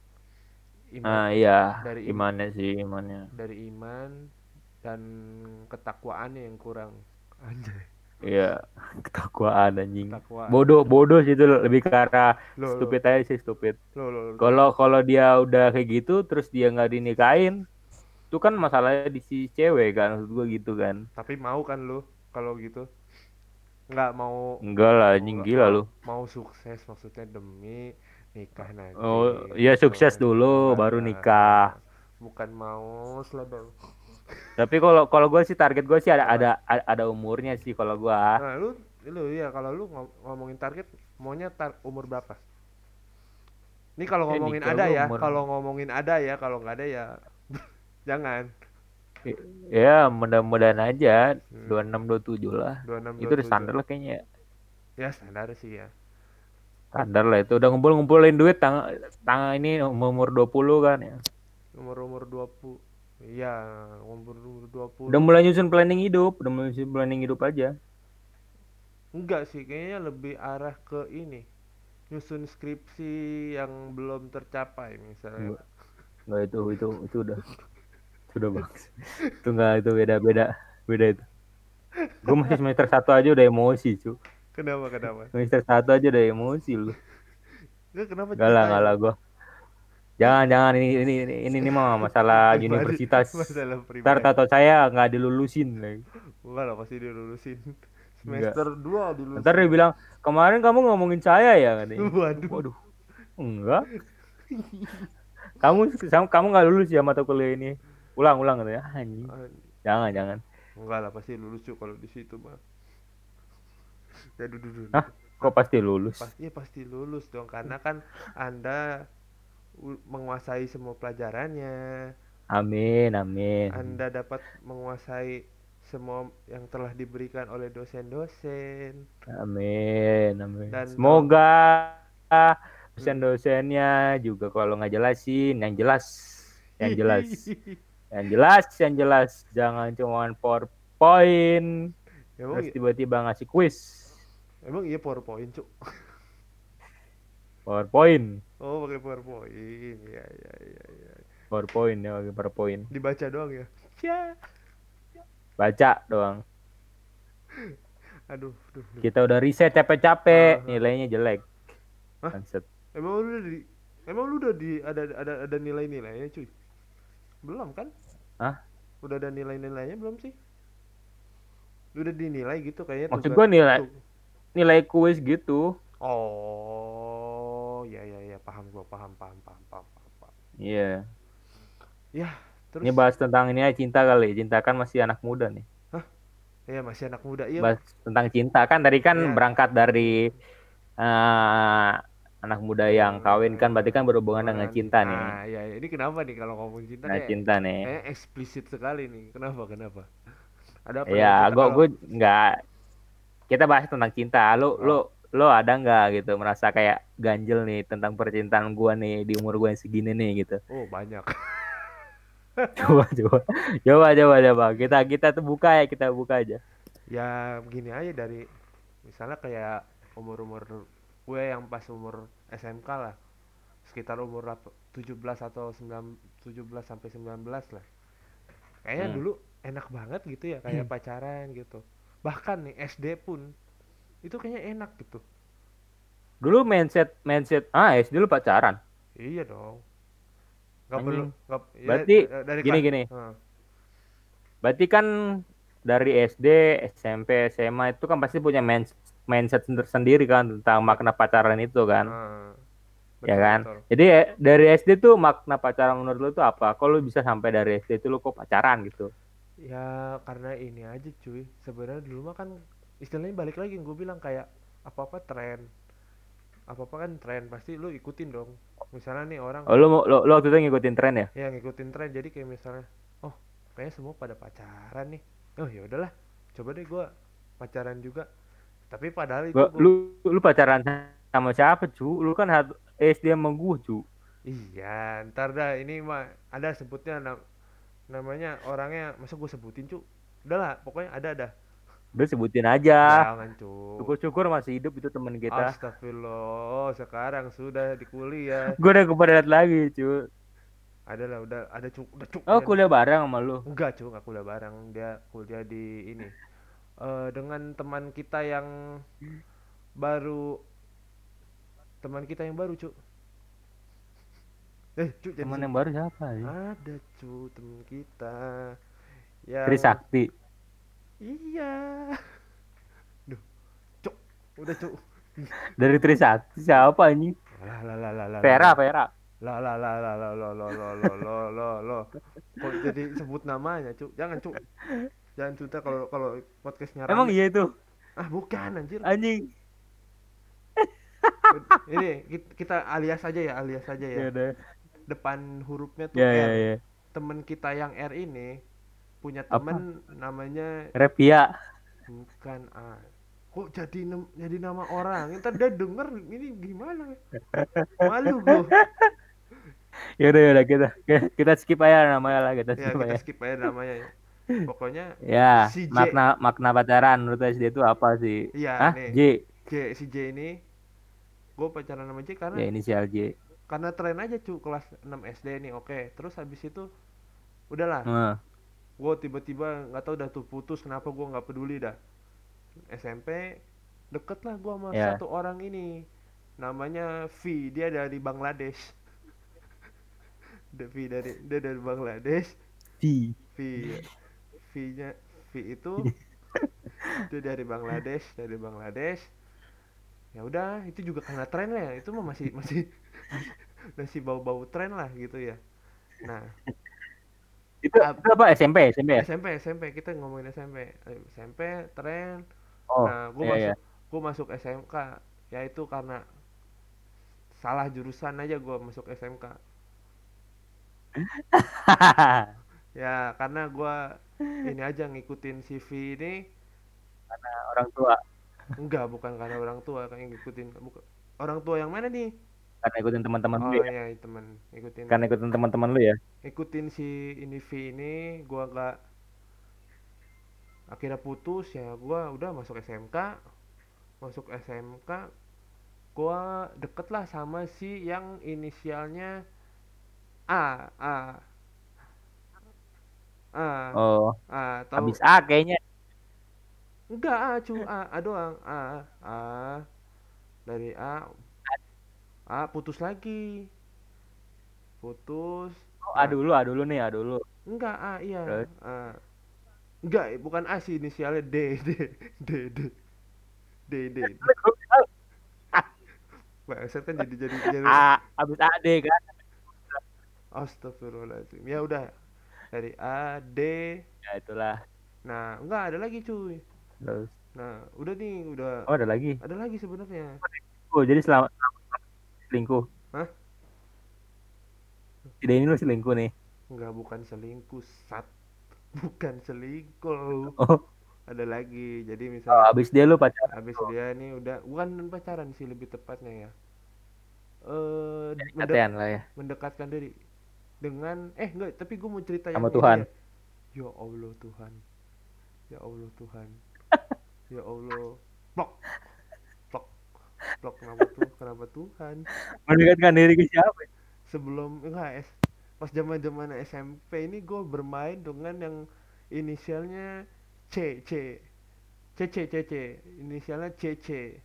Iman Ah iya, dari imannya sih imannya. dari iman dan ketakwaannya yang kurang. Anjay, Iya, ketakwaan anjing. ketakwaan. Bodoh, bodoh sih itu, lebih ke arah Loh, loh, stupid aja sih, stupid. tapi Kalau kalau dia udah kayak gitu terus dia nggak dinikahin, itu kan masalahnya di si cewek kan, maksud gue gitu kan. mau kan lu kalau gitu? Nggak mau, Enggak lah, anjing nggak gila mau, lu. mau sukses maksudnya demi nikah nanti Oh, ya gitu. sukses dulu Enggak, baru nikah. bukan mau selebel. Tapi kalau kalau gue sih target gue sih ada Apa? ada ada umurnya sih kalau gue. Nah, lu ya kalau lu ngomongin target maunya umur berapa? Ini kalau ngomongin Nikah ada gue ya, umur, kalau ngomongin ada ya, kalau nggak ada ya jangan. ya mudah-mudahan aja Hmm, 26 27 lah. 26 Itu udah 27. standar lah kayaknya. Ya standar sih ya. Standar lah itu udah ngumpulin duit tang ini umur 20 kan ya. Umur-umur 20. Iya, umur Udah 20. mulai nyusun planning hidup, udah mulai nyusun planning hidup aja. Enggak sih, kayaknya lebih arah ke ini. Nyusun skripsi yang belum tercapai misalnya. Enggak, enggak itu udah bagus. Itu enggak, itu beda beda beda itu. Gue masih semester satu aja udah emosi, cu. Kenapa kenapa? Semester satu aja udah emosi lu. Enggak, kenapa Enggak ceritain? lah gue. Jangan ini mah masalah Pribadi, universitas. masalah Ntar pribadi. tato saya nggak dilulusin lagi. Enggak lah, pasti dilulusin. Enggak. Semester 2 Ntar dia dilulusin. bilang kemarin kamu ngomongin saya ya katanya. Waduh. Waduh, enggak. Kamu kamu nggak lulus ya mata kuliah ini. Ulang katanya. Anjing. Jangan. Enggak lah, pasti lulus Cuk kalau di situ mah. Ya duduk Hah? duduk. Kok pasti lulus? Pasti ya pasti lulus dong karena kan Anda menguasai semua pelajarannya. Amin, amin. Anda dapat menguasai semua yang telah diberikan oleh dosen-dosen Amin, amin. dan tahu. Semoga Hmm. dosen-dosennya juga kalau nggak jelasin, yang jelas, yang jelas. Jangan cuma PowerPoint, Emang terus tiba-tiba ngasih quiz. emang iya PowerPoint Cuk. PowerPoint, Oh, pakai PowerPoint. Iya iya iya iya. PowerPoint ya, pakai PowerPoint. Dibaca doang ya. Ya. Baca doang. Aduh, aduh, aduh. Kita udah riset capek-capek, Aha. nilainya jelek. Hah? Bangsat. Emang lu udah di Emang lu udah di ada nilai-nilainya, cuy? Belum kan? Hah? Udah ada nilai-nilainya belum sih? Udah dinilai gitu kayaknya Maksud tugas gua nilai tuh. nilai kuis gitu. Oh, ya ya ya, paham gua, paham paham paham paham paham. Paham. Iya. Ya, Ini terus bahas tentang ini aja cinta kali. Cinta kan masih anak muda nih. hah? Ya masih anak muda. Iya, Bahas tentang cinta kan tadi kan ya. berangkat dari eh, anak muda yang kawin kan berarti kan berhubungan dengan Hubungan cinta nih. ya, ya ini kenapa nih kalau ngomong cinta Nah, nih cinta nih. kayaknya eksplisit sekali nih. Kenapa? Kenapa? Ada apa Ya, dengan cinta? Kalau gue nggak kita bahas tentang cinta. Lu oh, lu ada nggak gitu merasa kayak ganjel nih tentang percintaan gua nih di umur gua yang segini nih gitu. oh banyak. Coba coba coba kita tuh buka ya kita buka aja. Ya begini aja dari misalnya kayak umur-umur gue yang pas umur SMK lah, sekitar umur 17 atau 9, 17 sampai 19 lah. Kayaknya Hmm. dulu enak banget gitu ya kayak pacaran gitu. Bahkan nih SD pun itu kayaknya enak gitu. Dulu mindset mindset SD lu pacaran Iya dong. Nggak perlu anjing. nggak ya Berarti dari gini kelas. gini. Heeh. Berarti kan dari SD, SMP, SMA itu kan pasti punya mindset sendiri kan tentang Bet, makna pacaran itu kan. heeh. Ya Betul kan? betul. Jadi dari SD tuh makna pacaran menurut lu tuh apa? Kalau lu bisa sampai dari SD itu lu kok pacaran gitu? Ya karena ini aja cuy. Sebenarnya dulu mah kan istilahnya balik lagi yang gue bilang kayak apa-apa tren. Apa-apa kan tren pasti lu ikutin dong. Misalnya nih orang Oh, lu waktu itu ngikutin tren ya? ya ngikutin tren jadi kayak misalnya oh kayaknya semua pada pacaran nih. Oh ya udahlah. Coba deh gue pacaran juga. Tapi padahal itu gue Lu pacaran sama siapa, cu? Lu kan SD sama gue, cu. iya ntar dah ini mah ada sebutnya namanya orangnya masa gue sebutin cu. Udahlah pokoknya ada dah. Udah sebutin aja. Jangan cu. Syukur-syukur masih hidup itu teman kita. Astagfirullah, sekarang sudah di kuliah. Gue udah kepadat lagi, cu. Ada lah, udah ada cuk, udah cuk Oh, ya. kuliah bareng sama lu. Enggak cuk, aku kuliah bareng. Dia kuliah di ini. Dengan teman kita yang baru, teman kita yang baru cuk. Cuk jadi Teman yang sebut. baru siapa sih? Ada cuk teman kita yang Trisakti. iya. Duh, cuk, udah cuk. Dari Trisakti siapa anjing? Lah lah lah lah lah lah Vera, lah. Vera. Lah lah lah lah lah lah lah lah lah lah lah lah. Kok jadi sebut namanya cuk? Jangan cuk. Jangan cerita kalau kalau podcastnya Emang rame. iya itu Ah bukan anjir. anjing. Ini kita alias aja ya, alias aja ya. Ya udah. Depan hurufnya tuh Ya ya R. ya. Temen kita yang R ini punya Apa? temen namanya Revia. bukan A. Kok jadi nama orang? Ntar dia denger ini gimana? Malu gue. Ya udah kita skip aja namanya lah kita Ya skip kita aja. skip aja namanya ya. Pokoknya Ya, si J. makna makna pacaran menurut SD itu apa sih? Iya Hah? nih. J. Si J ini gue pacaran sama J Ya inisial J. karena tren aja cu kelas 6 SD nih oke terus habis itu udahlah Nah, gue tiba-tiba nggak tahu udah tuh putus kenapa gue nggak peduli dah SMP deket lah gue sama ya. satu orang ini namanya V dia dari Bangladesh. Dia dari Bangladesh. C. V V nya V itu dia dari Bangladesh. Ya udah itu juga karena tren lah ya. Itu mah masih masih masih bau-bau tren lah gitu ya. Nah Itu apa, SMP ya? SMP kita ngomongin SMP tren. Oh, Nah iya iya. gue masuk SMK, yaitu karena salah jurusan aja gue masuk SMK. Ya karena gue ini aja ngikutin CV ini. Orang tua. Enggak, bukan karena orang tua kayak ngikutin, bukan. Orang tua yang mana nih? Karena ikutin teman-teman lu Oh ya. ya temen, ngikutin Karena ikutin teman-teman lu ya. ngikutin si ini V ini. Gua gak, akhirnya putus ya. Gua udah masuk SMK. Masuk SMK gua deket lah sama si yang inisialnya A. A Oh, A habis tahu? A kayaknya. Enggak, A doang. A dari putus lagi, putus. Oh, Nah, A dulu nih, A dulu. enggak, iya, Terus A. Enggak, bukan A sih, inisialnya D. D. Bangsat kan jadi habis AD kan. astagfirullahaladzim. Ya udah, dari A, D. Ya itulah. Nah, enggak ada lagi, cuy. Terus Nah, udah nih, udah oh, ada lagi. ada lagi sebenarnya. Oh, jadi selama selingkuh. Hah? Tidak, ini lu selingkuh nih. Enggak, bukan selingkuh, sat. Bukan selingkuh. Oh, Ada lagi. Jadi oh misalnya habis dia lu pacaran habis tuh. dia nih udah, bukan pacaran sih lebih tepatnya ya. Jadi Mendek catean lah ya. mendekatkan diri dengan enggak, tapi gue mau cerita yang Sama ini ya. Tuhan. Ya Allah Tuhan, ya Allah Tuhan, ya Allah. Plok, plok, plok. Kenapa Tuhan? Mendekatkan diri ke siapa? Sebelum enggak pas zaman SMP ini gue bermain dengan yang inisialnya C, inisialnya C.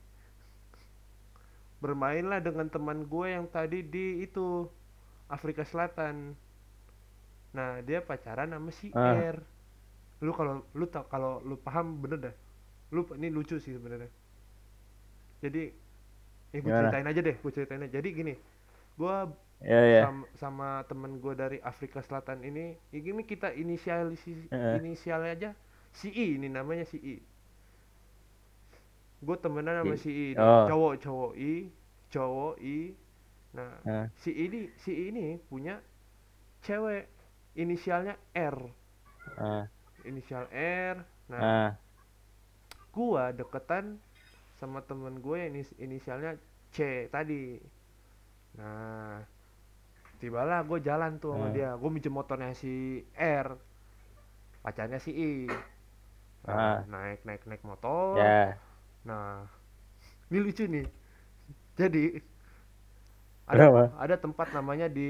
Bermainlah dengan teman gue yang tadi di itu Afrika Selatan. Nah dia pacaran sama si Ah, R. Lu kalau lu tau, kalau lu paham bener dah. Ini lucu sih sebenarnya. Jadi gue gimana? ceritain aja deh, gue ceritain aja. Jadi gini, gue Ya ya. sama temen gue dari Afrika Selatan ini kita Heeh. inisial aja si I, ini namanya si I. Gue temenan sama si I ini, Oh. cowok I. Nah Heeh. si I ini punya cewek, inisialnya R. Heeh. Inisial R. Nah Heeh. gue deketan sama temen gue yang inisialnya C tadi. Nah tibalah gue jalan tuh sama Heeh. dia, gue minjem motornya si R, pacarnya si I. Nah Heeh. naik motor. Ya. Nah ini lucu nih. Jadi Kenapa? ada tempat namanya di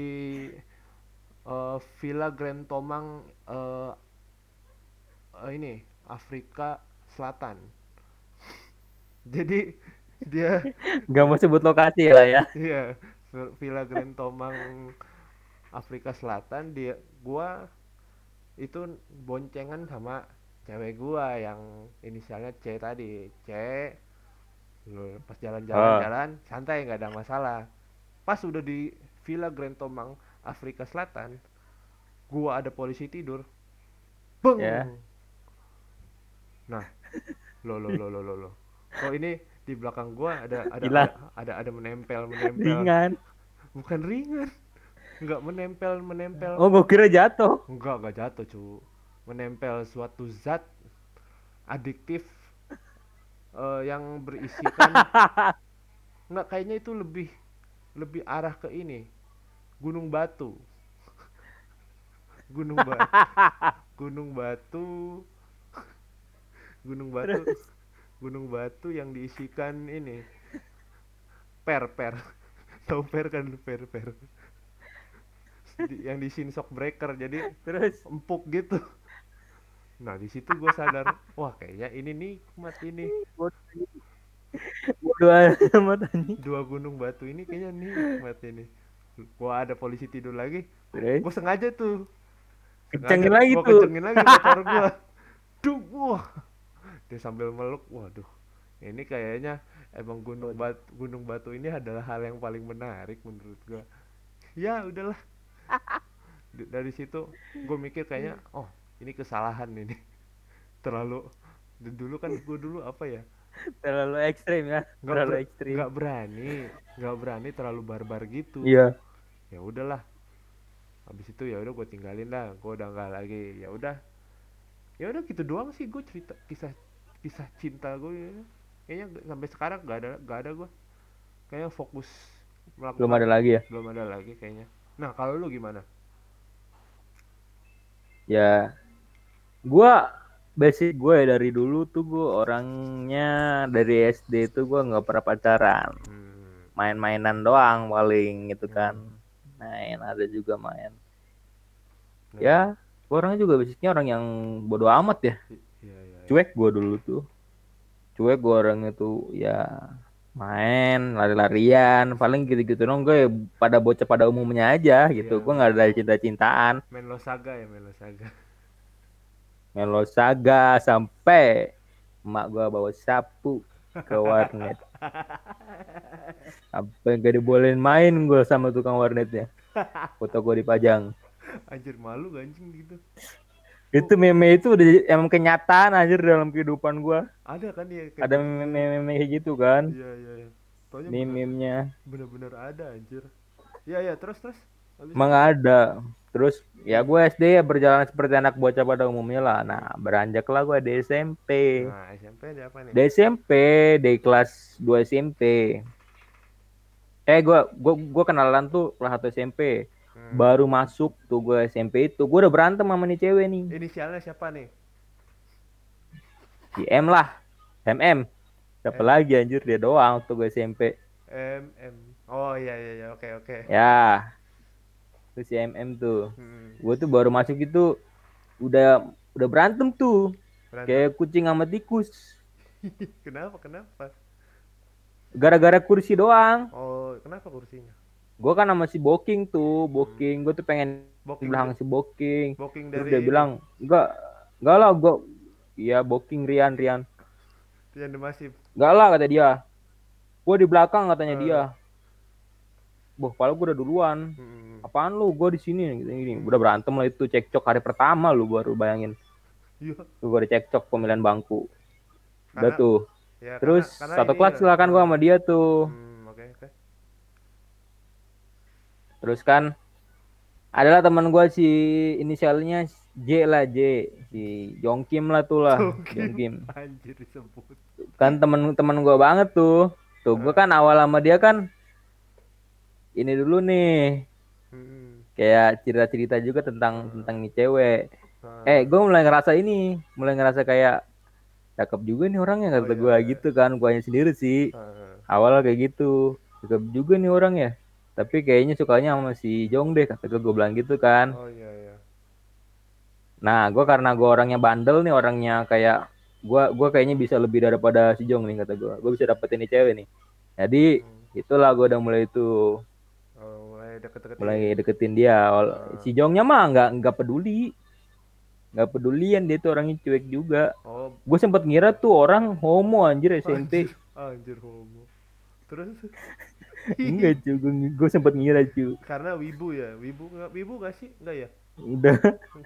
Villa Grand Tomang, ini Afrika Selatan. Jadi dia Gak mau sebut lokasi lah ya. iya, Villa Grand Tomang Afrika Selatan. Gua itu boncengan sama cewek gua yang inisialnya C tadi. Pas Oh. jalan-jalan santai nggak ada masalah. Pas udah di Villa Grand Tomang Afrika Selatan, gua ada polisi tidur. Ya. Beng. Nah, lo. Kok ini di belakang gua Hilang. ada menempel. Ringan. Bukan ringan, nggak menempel. Oh, gue kira jatuh. Nggak jatuh, cu. Menempel suatu zat adiktif, yang berisikan, nggak, kayaknya itu lebih lebih arah ke ini, gunung batu. gunung batu gunung batu gunung batu Terus. gunung batu yang diisikan ini, per tahu per kan, per yang diisiin shock breaker, jadi Terus. empuk gitu. Nah di situ gue sadar, wah kayaknya ini nikmat ini. Bodoh amat anjing. Dua gunung batu ini kayaknya nikmat ini. Gua ada polisi tidur lagi, Terus. gue sengaja tuh, Kencengin lagi gue tuh. kencengin lagi motor gue. Duh, wah, dia sambil meluk, waduh, ini kayaknya emang gunung batu ini adalah hal yang paling menarik menurut gue. Ya udahlah, Dari situ gue mikir kayaknya, oh ini kesalahan ini. Terlalu, dulu kan gue dulu apa ya, Terlalu ekstrim ya, nggak terlalu ber, ekstrim. nggak berani terlalu barbar gitu. Iya. Ya udahlah, habis itu ya udah gue tinggalin lah, gue udah nggak lagi. Ya udah gitu doang sih gue cerita kisah kisah cinta gue ya. Kayaknya sampai sekarang nggak ada gue kayaknya fokus Belum melakukan. ada lagi ya. Belum ada lagi kayaknya. Nah kalau lu gimana? Ya, gua basic gue dari dulu tuh gue orangnya dari SD tuh gue nggak pernah pacaran, Hmm. main-mainan doang paling gitu kan, Hmm. main ada juga main. Nah, Ya, gua orangnya juga basicnya orang yang bodoh amat ya, iya iya iya. cuek gue dulu tuh, cuek gue orangnya tuh ya, main lari-larian paling gitu-gitu dong gue, pada bocah pada umumnya aja gitu, Iya, gue nggak ada cinta-cintaan. main Lo Saga ya, main Lo Saga. Melo Saga sampai emak gua bawa sapu ke warnet, sampai gak dibolehin main gue sama tukang warnetnya, foto gue dipajang. Anjir, malu gak anjing gitu. Itu Gua meme itu udah emang kenyataan anjir dalam kehidupan gue, ada kan ya kayak ada gitu. meme-meme kayak gitu kan, Iya iya iya. Taunya meme-memenya bener-bener ada anjir. Iya iya, terus terus. Habis emang itu. ada. Terus ya Iya. gue SD ya berjalan seperti anak bocah pada umumnya lah. Nah beranjaklah gue di SMP, Nah, SMP ada apa nih? di SMP, di kelas 2 SMP. Gue kenalan tuh kelas 1 SMP. Hmm. Baru masuk tuh gue SMP itu, gue udah berantem sama nih cewek nih. Inisialnya siapa nih? Si M lah, MM. Siapa M lagi anjir, dia doang tuh gue SMP. M. Oh iya iya iya, oke oke. Ya, tuh si MM tuh. Hmm. Gue tuh baru masuk itu udah berantem tuh. Berantem. Kayak kucing sama tikus. Kenapa kenapa? Gara-gara kursi doang. Oh, kenapa kursinya? Gue kan sama si Boking tuh, Hmm. Boking. Gue tuh pengen Booking belakang si Boking. booking Terus dia dari ini. bilang, enggak lah, gue, iya Boking Rian, Rian. Yang The Massive. Enggak lah kata dia. Gue di belakang katanya dia. Eh, Boh, kalau gue udah duluan. hmm. Apaan lu? Gue di sini gini. Udah Hmm. berantem lah itu, cekcok hari pertama lu baru bayangin. Iya, Tuh gue cekcok pemilihan bangku. Udah karena tuh. ya karena Terus karena satu ini kelas ya. lah kan gue sama dia tuh. Oke oke. Terus kan adalah teman gue si inisialnya J lah, J, si Jongkim lah tuh lah, Jokin Jongkim. anjir disebut. Kan teman-teman gue banget tuh. Tuh gue Ah, kan awal sama dia kan ini dulu nih, hmm, kayak cerita-cerita juga tentang ah, tentang nih cewek. ah, Gue mulai ngerasa kayak cakep juga nih orangnya oh kata iya gue iya. gitu kan, guanya sendiri sih Ah, awal kayak gitu, cakep juga nih orang ya, tapi kayaknya sukanya sama si Jong deh kata gue bilang gitu kan. oh iya iya. Nah gue karena gue orangnya bandel nih, orangnya kayak gue kayaknya bisa lebih daripada si Jong nih kata gue bisa dapetin nih cewek nih, jadi Hmm. itulah gue udah mulai itu, Oh, mulai mulai deket-deketin. deketin dia. Ah, Si Jongnya mah nggak peduli, nggak pedulian dia tuh orangnya cuek juga. oh, Gue sempet ngira tuh orang homo anjir SMP. anjir, anjir homo. Terus Enggak cuy, gue sempet ngira cuy. karena wibu ya, wibu nggak sih, nggak ya? Udah,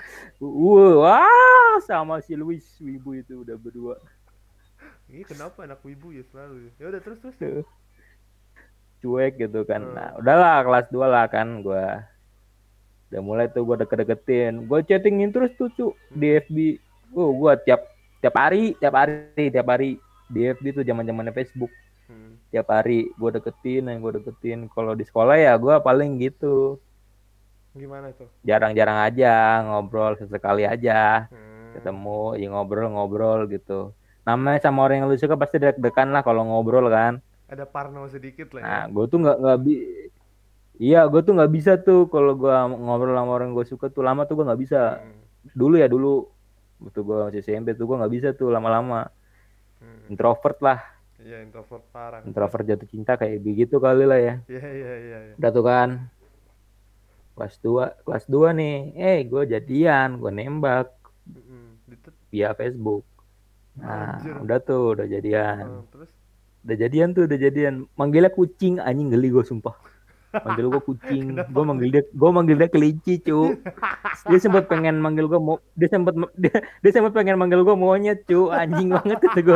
wah sama si Luis Wibu itu udah berdua Ini kenapa anak wibu ya selalu ya? Ya udah terus terus. tuh, cuek gitu kan. Nah Eh, udahlah kelas 2 lah kan, gue udah mulai tuh gue deket-deketin, gue chattingin terus tuh cu di hmm, FB. Gue tiap tiap hari di FB tuh zaman zamannya Facebook, hmm. tiap hari gue deketin. Kalau di sekolah ya gue paling gitu, Gimana tuh? jarang-jarang aja ngobrol, sesekali aja Hmm, ketemu ya ngobrol-ngobrol gitu. Namanya sama orang yang lu suka pasti deg-degan lah kalau ngobrol kan. ada parno sedikit lah Nah ya. gue tuh nggak iya gue tuh nggak bisa tuh kalau gue ngobrol sama orang gue suka tuh lama tuh gue nggak bisa. Hmm, Dulu waktu gue masih SMP tuh gue nggak bisa tuh lama-lama, hmm. introvert lah, Iya introvert parah. Terus? introvert jatuh cinta kayak begitu kali lah ya. Iya iya iya iya. Udah tuh kan kelas dua nih, gue jadian, gue nembak via Facebook. Anjir. Nah udah tuh udah jadian, Terus? udah jadian, manggilnya kucing anjing, geli gue sumpah. manggil gue kucing, Kenapa kucing? gue manggil dia kelinci cu. Dia sempat pengen manggil gue mau, dia sempat pengen manggil gue monyet cu, anjing banget kata gue.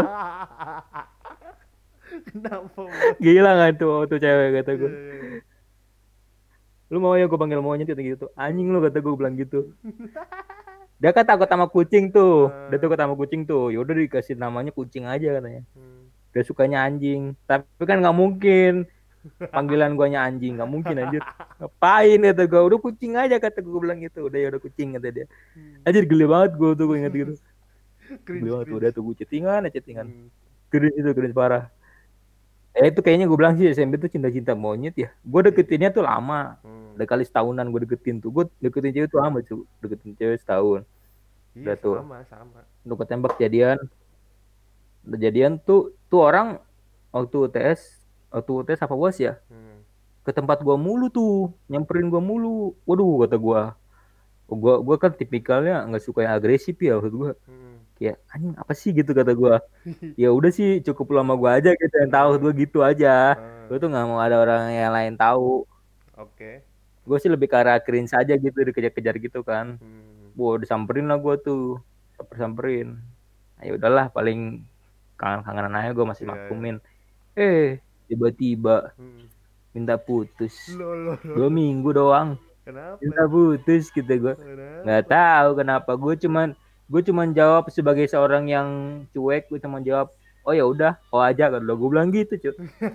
Kenapa bos? Gila gak tuh cewek kata Iya gue. iya iya. Lu mau ya gue panggil monyet kata gitu, anjing lu kata gue bilang gitu. Dia kan takut sama kucing tuh, dia Eh, takut sama kucing tuh, yaudah dikasih namanya kucing aja katanya. hmm. Dia sukanya anjing, tapi kan nggak mungkin panggilan guanya anjing, nggak mungkin anjir. Ngapain kata gue, udah kucing aja kata gue bilang gitu, udah ya udah kucing kata dia. Hmm. Anjir geli banget gue tuh, gue inget gitu. Geli Cringe banget tuh, udah cringe. tuh gue chattingan, chattingan. Hmm. Cringe itu, cringe parah. Itu kayaknya gue bilang sih SMP tuh cinta-cinta monyet ya. Gue Iya. deketinnya tuh lama. Hmm. Udah kali setahunan gue deketin tuh. Gue deketin cewek tuh lama cuy. Deketin cewek setahun. Iya Udah tuh. sama sama. Udah ketembak jadian. Udah jadian tuh orang waktu UTS. Waktu UTS apa bos ya? Hmm. Ke tempat gue mulu tuh. Nyamperin gue mulu. Waduh kata gue. Gue kan tipikalnya nggak suka yang agresif ya. Maksud gue. Hmm. Kayak anjing apa sih gitu kata gue. Ya udah sih cukup lama gue aja gitu yang tahu gue gitu aja. Gue Ah, tuh nggak mau ada orang yang lain tahu. oke. Gue sih lebih ke arah cringe aja gitu dikejar-kejar gitu kan. Hmm. Disamperin lah gue tuh, samperin. Nah, ya udahlah paling kangen-kangenan aja gue masih Iya iya. maklumin. Tiba-tiba Hmm. minta putus. Lo. 2 minggu doang Kenapa minta itu? putus gitu gue. Nggak Kenapa? tahu kenapa. Gue cuman jawab sebagai seorang yang cuek. Gue cuma jawab, oh ya udah, oh aja kan. Gue bilang gitu cuy.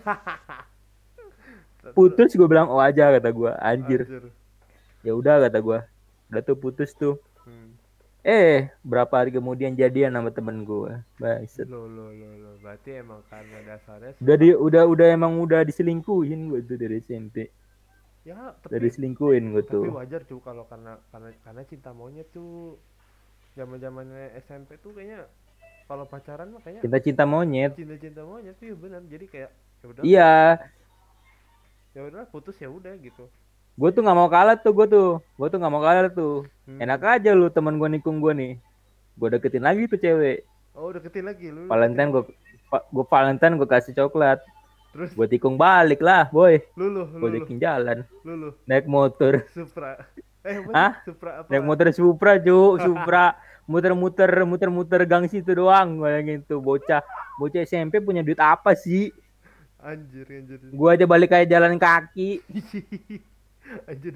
Terus Putus gue bilang oh aja kata gue. Anjir. anjir. Ya udah kata gue. Udah tuh putus tuh. Hmm. Berapa hari kemudian jadian sama temen gue. Baik. Lo. Berarti emang karena dasarnya Udah suka. di udah emang udah diselingkuhin gue tuh dari SMP. Ya, Udah tapi diselingkuhin gue tuh. wajar tuh kalau karena cinta monyet tuh zaman-zamannya SMP tuh kayaknya kalau pacaran mah kayaknya Cinta-cinta monyet. cinta-cinta monyet tuh ya benar. Jadi kayak ya udahlah, Iya, ya udahlah putus ya udah gitu. gue tuh nggak mau kalah tuh gue tuh nggak mau kalah tuh. Enak Hmm. aja lu temen gue nikung gue nih. Gue deketin lagi tuh cewek. Oh, deketin lagi, lu deketin Valentine lagi. gue kasih coklat. Terus Gue tikung balik lah, boy. Gue lu ajakin jalan. lu Naik motor. Supra. Apa sih? Hah? Supra Naik apaan? motor Supra, Supra. Muter-muter doang situ doang. Bayangin tuh bocah. Bocah SMP punya duit apa sih? Anjir, anjir. Gua aja balik kayak jalan kaki. Anjir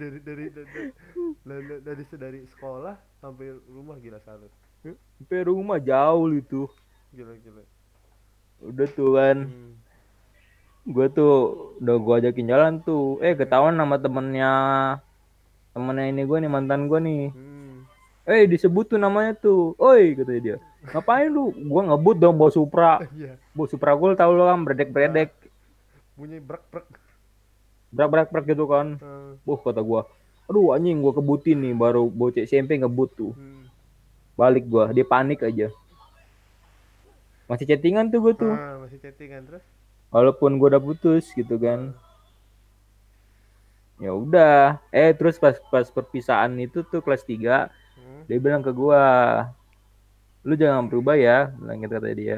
dari sekolah sampai rumah gila salut. Sampai rumah jauh itu. Gila gila. Udah tuh kan. Hmm. Gua tuh udah gua ajakin jalan tuh. Hmm. Ketahuan sama temennya ini gua nih, mantan gua nih. Hmm. Disebut tuh namanya tuh. Oi, katanya dia. Ngapain lu? Gua ngebut dong bawa Supra. Iya. Bawa Supra gua tahu lo kan Ah, bredek-bredek. bunyi brek brek. Brak-brak gitu kan. Ah, Kata gua. Aduh anjing gua kebutin nih baru bocah SMP ngebut tuh. hmm. Balik gua, dia panik aja. Masih chattingan tuh gua tuh. Masih chattingan terus? Walaupun gua udah putus gitu kan. Ah, Ya udah. Terus pas pas perpisahan itu tuh kelas 3 hmm. dia bilang ke gua, "Lu jangan berubah ya," bilang gitu kata dia.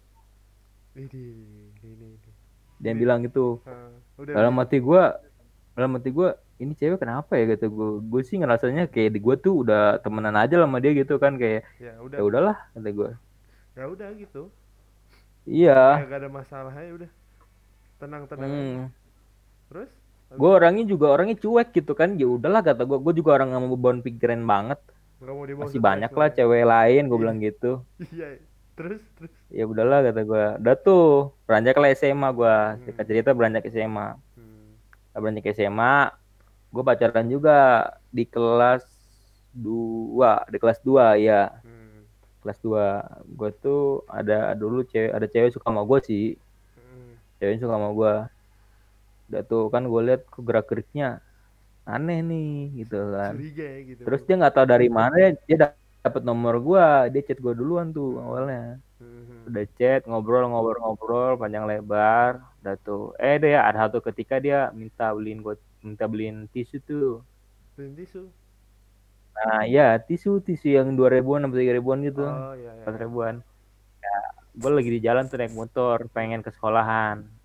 Ini. Dia Ini. bilang itu. Ah, udah Dalam gitu. hati gua, dalam hati gua ini cewek kenapa ya kata gua. Gua sih ngerasanya kayak di gua tuh udah temenan aja sama dia gitu kan kayak Ya ya udah. udahlah kata gua. Ya udah gitu. Iya. Kayak gak ada masalah ya udah. Tenang-tenang aja. Hmm. Terus Gue habis itu orangnya cuek gitu kan, ya udahlah kata gue juga orang nggak mau beban pikiran banget, nggak mau dibawa masih stres banyak lah lah ya. cewek lain gue Iya. bilang gitu. Iya. Terus. Ya udahlah kata gue, udah tuh beranjak lah SMA gue, singkat Hmm. cerita beranjak SMA. Hmm. Beranjak SMA gue pacaran juga di kelas 2, di kelas 2 ya. Hmm. Kelas 2 gue tuh ada cewek suka sama gue sih, Hmm. cewek suka sama gue. Udah tuh kan gue lihat kok gerak geriknya aneh nih gitu kan. Curiga ya gitu. Terus dia nggak tahu dari mana ya, dia dapat nomor gua, dia chat gua duluan tuh Hmm. awalnya. Hmm. Udah chat, ngobrol panjang lebar, udah tuh. Deh ada satu ketika dia minta beliin tisu tuh. Belum tisu. Nah, ya tisu yang 2 ribuan sampai 3 ribuan gitu, Oh ya. 4 ribuan. Gue lagi di jalan tuh naik motor, pengen ke sekolahan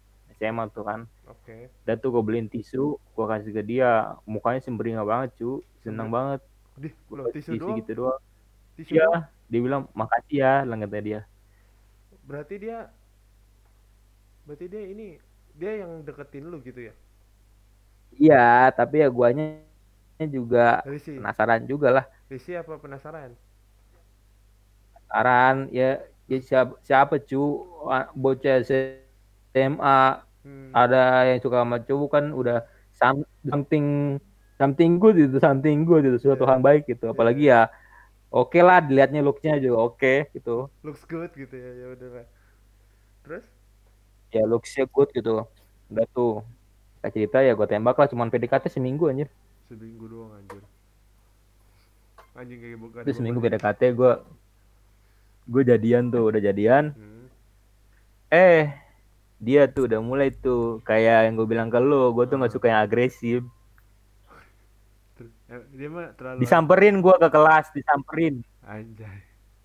SMA tuh kan. Oke. Dan tuh gue beliin tisu, gue kasih ke dia, mukanya sembringah banget seneng Sambil banget. Gue loh, kasih tisu tisu doang. gitu doang. Tisu Iya, doang. dia bilang makasih ya, bilang kata dia. Berarti dia berarti dia ini dia yang deketin lu gitu ya? Iya, tapi ya guanya juga Risi. penasaran juga lah. Risi apa penasaran? Penasaran ya, ya siapa bocah SMA Hmm. ada yang suka sama cowok kan udah something something good itu, something good itu Ya, suatu hal baik gitu. ya, Apalagi ya. ya oke lah dilihatnya looknya juga oke gitu. Looks good gitu ya. Ya udah lah. Terus Ya looksnya good gitu. Udah tuh kita cerita ya gue tembak lah cuman PDKT seminggu anjir. seminggu doang anjir. Anjing kayak gak ada Terus beban seminggu hidup. PDKT gue jadian tuh udah jadian. Hmm. Eh dia tuh udah mulai tuh kayak yang gue bilang ke lu, gue tuh nggak Ah. suka yang agresif. Dia mah terlalu Disamperin gue ke kelas, anjay.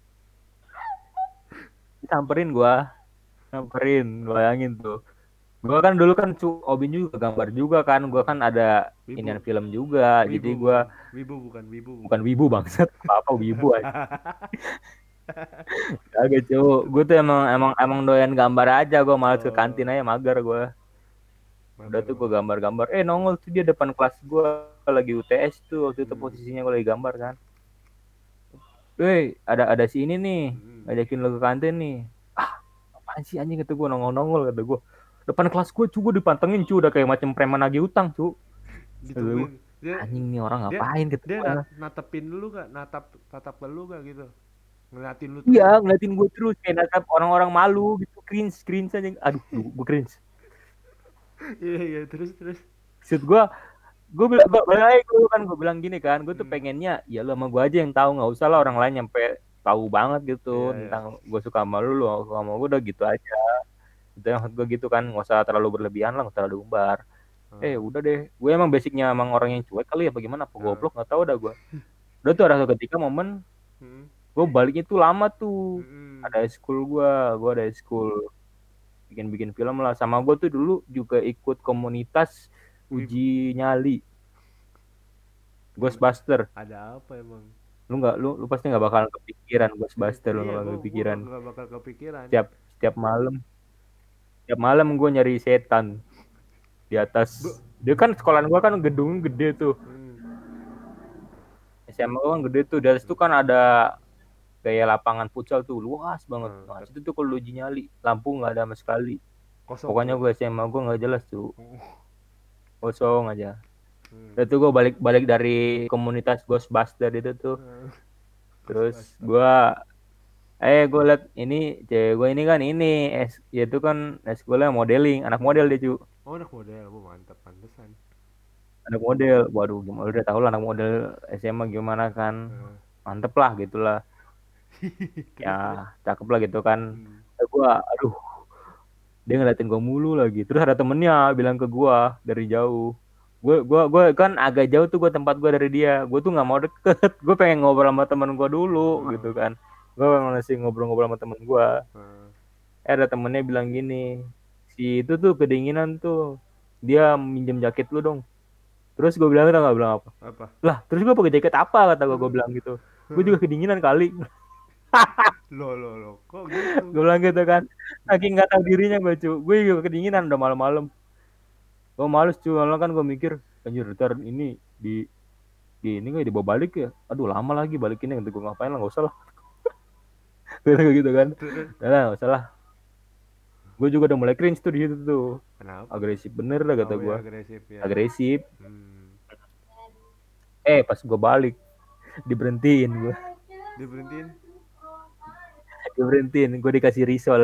disamperin gue, samperin, bayangin tuh. Gue kan dulu kan Obin juga gambar juga kan, gue Hmm. kan ada inian Wibu. film juga, jadi Wibu gue bukan. Wibu bukan. Wibu bukan bukan. wibu bangsat, apa apa wibu aja. Agak cowok, gue tuh emang emang emang doyan gambar aja, gue malas ke Oh, kantin aja mager gue. Udah mager tuh gue banget. gambar-gambar, nongol tuh dia depan kelas gue lagi UTS tuh waktu itu Hmm. posisinya gue lagi gambar kan. Ada si ini nih, Hmm. ngajakin lo ke kantin nih. Ah, apaan sih anjing kata gue nongol-nongol kata gue. Depan kelas gue dipantengin udah kayak macam preman nagih utang kata gue. Ditungguin. Dia Anjing nih orang dia ngapain kata dia gue. natepin dulu gak? Tatap ke lu gak gitu? Ngeliatin lu Iya terus gak? ngeliatin gue terus kayak natap orang-orang malu gitu, cringe cringe aja. Aduh gue cringe. Iya iya, terus terus. Maksud gue bilang gue bilang gini kan, gue tuh Hmm. pengennya ya lo sama gue aja yang tahu, nggak usah lah orang Hmm. lain nyampe tahu banget gitu Iya iya. tentang gue suka sama lu, lo suka sama gue udah gitu aja. Itu yang maksud gue gitu kan, nggak usah terlalu berlebihan lah, nggak usah terlalu umbar. Ah, Udah deh, gue emang basicnya emang orang yang cuek kali ya bagaimana, apa ah. goblok nggak tahu dah gue. Udah tuh ada satu ketika momen Hmm. gue baliknya tuh lama tuh, Hmm. ada school gue ada school bikin-bikin film lah, sama gue tuh dulu juga ikut komunitas Wibu. uji nyali Gimana? Ghostbuster. Ada apa emang? Lu pasti nggak bakal kepikiran Ghostbuster, lu Iya, nggak bakal gua kepikiran. gak bakal kepikiran. setiap setiap malam setiap malam gue nyari setan di atas. Bu. Dia kan sekolahan gue kan gedung gede tuh, Hmm. SMA gue kan gede tuh, di atas tuh kan ada kayak lapangan futsal tuh luas banget. Ah, Nah situ tuh kalau uji nyali lampu nggak ada sama sekali. kosong Pokoknya tuh. gue SMA gue nggak jelas tuh, Oh. kosong aja. Hmm. Dan tuh gue balik dari komunitas Ghostbuster itu tuh, Ah, terus Ghostbuster. gue liat ini cewek gue ini kan ini ya itu kan sekolah modeling, anak Hmm. model dia Oh, anak model. Bu, mantap pantesan. anak model. Waduh gimana, udah tau lah anak model SMA gimana kan, Ah. mantep lah gitulah ya, Terus terus. cakep lah gitu kan. Hmm. Gue aduh, dia ngeliatin gue mulu lagi, terus ada temennya bilang ke gue dari jauh. Gue kan agak jauh tuh, gue tempat gue dari dia, gue tuh nggak mau deket. Gue pengen ngobrol sama temen gue dulu gitu Ah. kan, gue masih ngobrol-ngobrol sama temen gue. Ah. Ada temennya bilang gini, si itu tuh kedinginan tuh, dia minjem jaket lu dong. Terus gue bilang, tau gak bilang apa? Apa? Lah terus gue pakai jaket apa, kata gue bilang gitu. Gue juga kedinginan kali. Lo kok gitu? Gue bilang gitu kan, saking gak tahu dirinya gue juga kedinginan udah malam-malam. Gue males cuy, malah kan gue mikir anjir ntar ini di ini gak dibawa balik ya, aduh lama lagi balikinnya, gitu gue ngapain lah, nggak usah lah. Gue gitu kan, Terus udah lah nggak usah lah. Gue juga udah mulai cringe tuh di situ tuh, kenapa? agresif bener lah kata Oh gue, ya, agresif ya. agresif. Hmm. Pas gue balik diberhentiin gue, Diberhentiin? gue dikasih risol.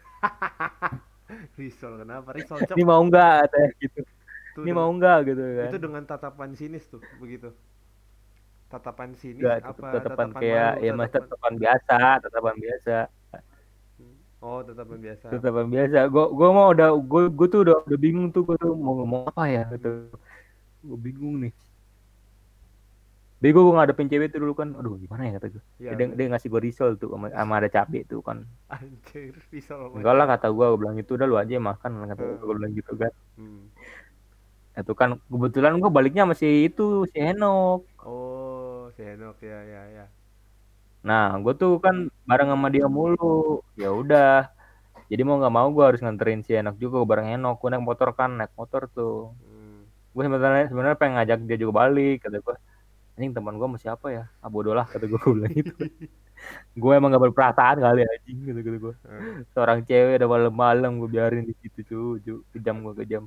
Risol kenapa? Risol Ini cok. mau nggak katanya gitu, Tuh ini mau dengan nggak gitu itu kan. dengan tatapan sinis tuh begitu. Tatapan sinis Nggak, tetap apa tatapan tatapan kayak malu? ya mas, Tatapan. tatapan biasa, Oh, tatapan biasa. tatapan biasa. Gue mau gue tuh udah bingung tuh, gue tuh mau ngomong apa ya gitu, Hmm. gue bingung nih. Bego gue ngadepin cewek itu dulu kan, aduh gimana ya kata gue. Iya Dia ngasih gue risol tuh sama ada cabai tuh kan. anjir pisau sama Enggak lah cabe. kata gue bilang gitu, udah lu aja yang makan kata gue bilang gitu kan. Hmm. Itu kan kebetulan gue baliknya masih itu si Henok. Oh si Henok ya ya ya. Nah gue tuh kan bareng sama dia mulu. Ya udah, jadi mau nggak mau gue harus nganterin si Henok juga bareng Henok. Gue naik motor kan, naik motor tuh. Hmm. Gue sebenarnya pengen ngajak dia juga balik kata gue. Anjing teman gue masih apa ya? Ah bodoh lah kata gue bilang gitu. Gue emang gak berperasaan kali anjing gitu gue. Eh, Seorang cewek udah malam-malam gue biarin di situ kejam gue kejam.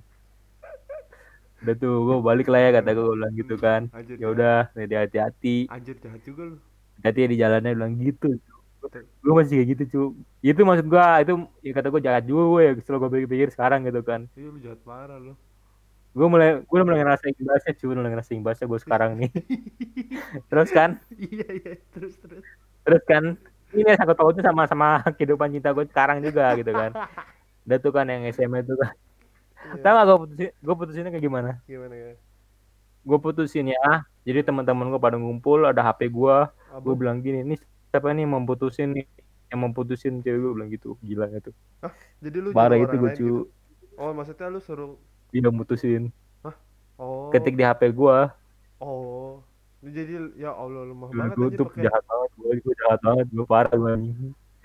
Udah tuh gue balik lah ya kata gue bilang gitu kan. anjir Ya jahat. udah hati-hati Anjir jahat juga lu. hati di jalannya bilang gitu. Tuh. Gue masih kayak gitu itu maksud gue itu ya kata gue jahat juga gue ya setelah gue pikir-pikir sekarang gitu kan. Iya lu jahat parah lu. Gue mulai ngerasain imbasnya mulai ngerasain imbasnya gue sekarang nih. Terus kan Iya iya terus terus. terus kan ini sangkut pautnya sama sama kehidupan cinta gue sekarang juga gitu kan. Udah tuh kan yang SMA itu kan. Tahu Iya. gak gue putusinnya kayak gimana? Gimana ya? Gue putusin ya. Jadi teman-teman gue pada ngumpul, ada HP gue Abo. bilang gini, ini siapa nih yang memutusin nih, yang memutusin cewek gue bilang gitu, gila itu. Hah? Jadi lu Parah nyuruh itu orang gue lain gitu? Oh maksudnya lu suruh. dia mutusin, Hah? Oh. ketik di HP gue, Oh. Jadi ya Allah lemah gue banget anjir tutup pakai. jahat banget, gue jahat banget, gue parah gue anjing.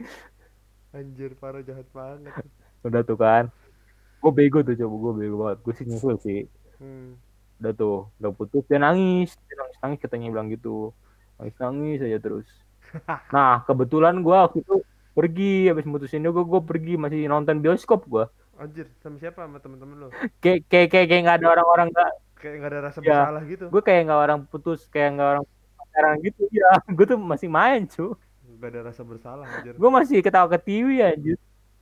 Anjir parah jahat banget. Udah tuh kan, gue bego tuh coba gue bego banget, gue sih nyusul sih. Hmm. Udah tuh, udah putus dia nangis nangis katanya bilang gitu, nangis nangis aja terus. Nah kebetulan gue waktu itu pergi habis mutusin dia gue pergi masih nonton bioskop gue. Anjir sama siapa sama temen-temen lu? Kayak nggak ada orang-orang nggak Kayak nggak ada rasa ya bersalah gitu. gue kayak nggak orang putus kayak nggak orang pacaran gitu ya. Gue tuh masih main Nggak ada rasa bersalah anjir. gue masih ketawa ke TV anjir.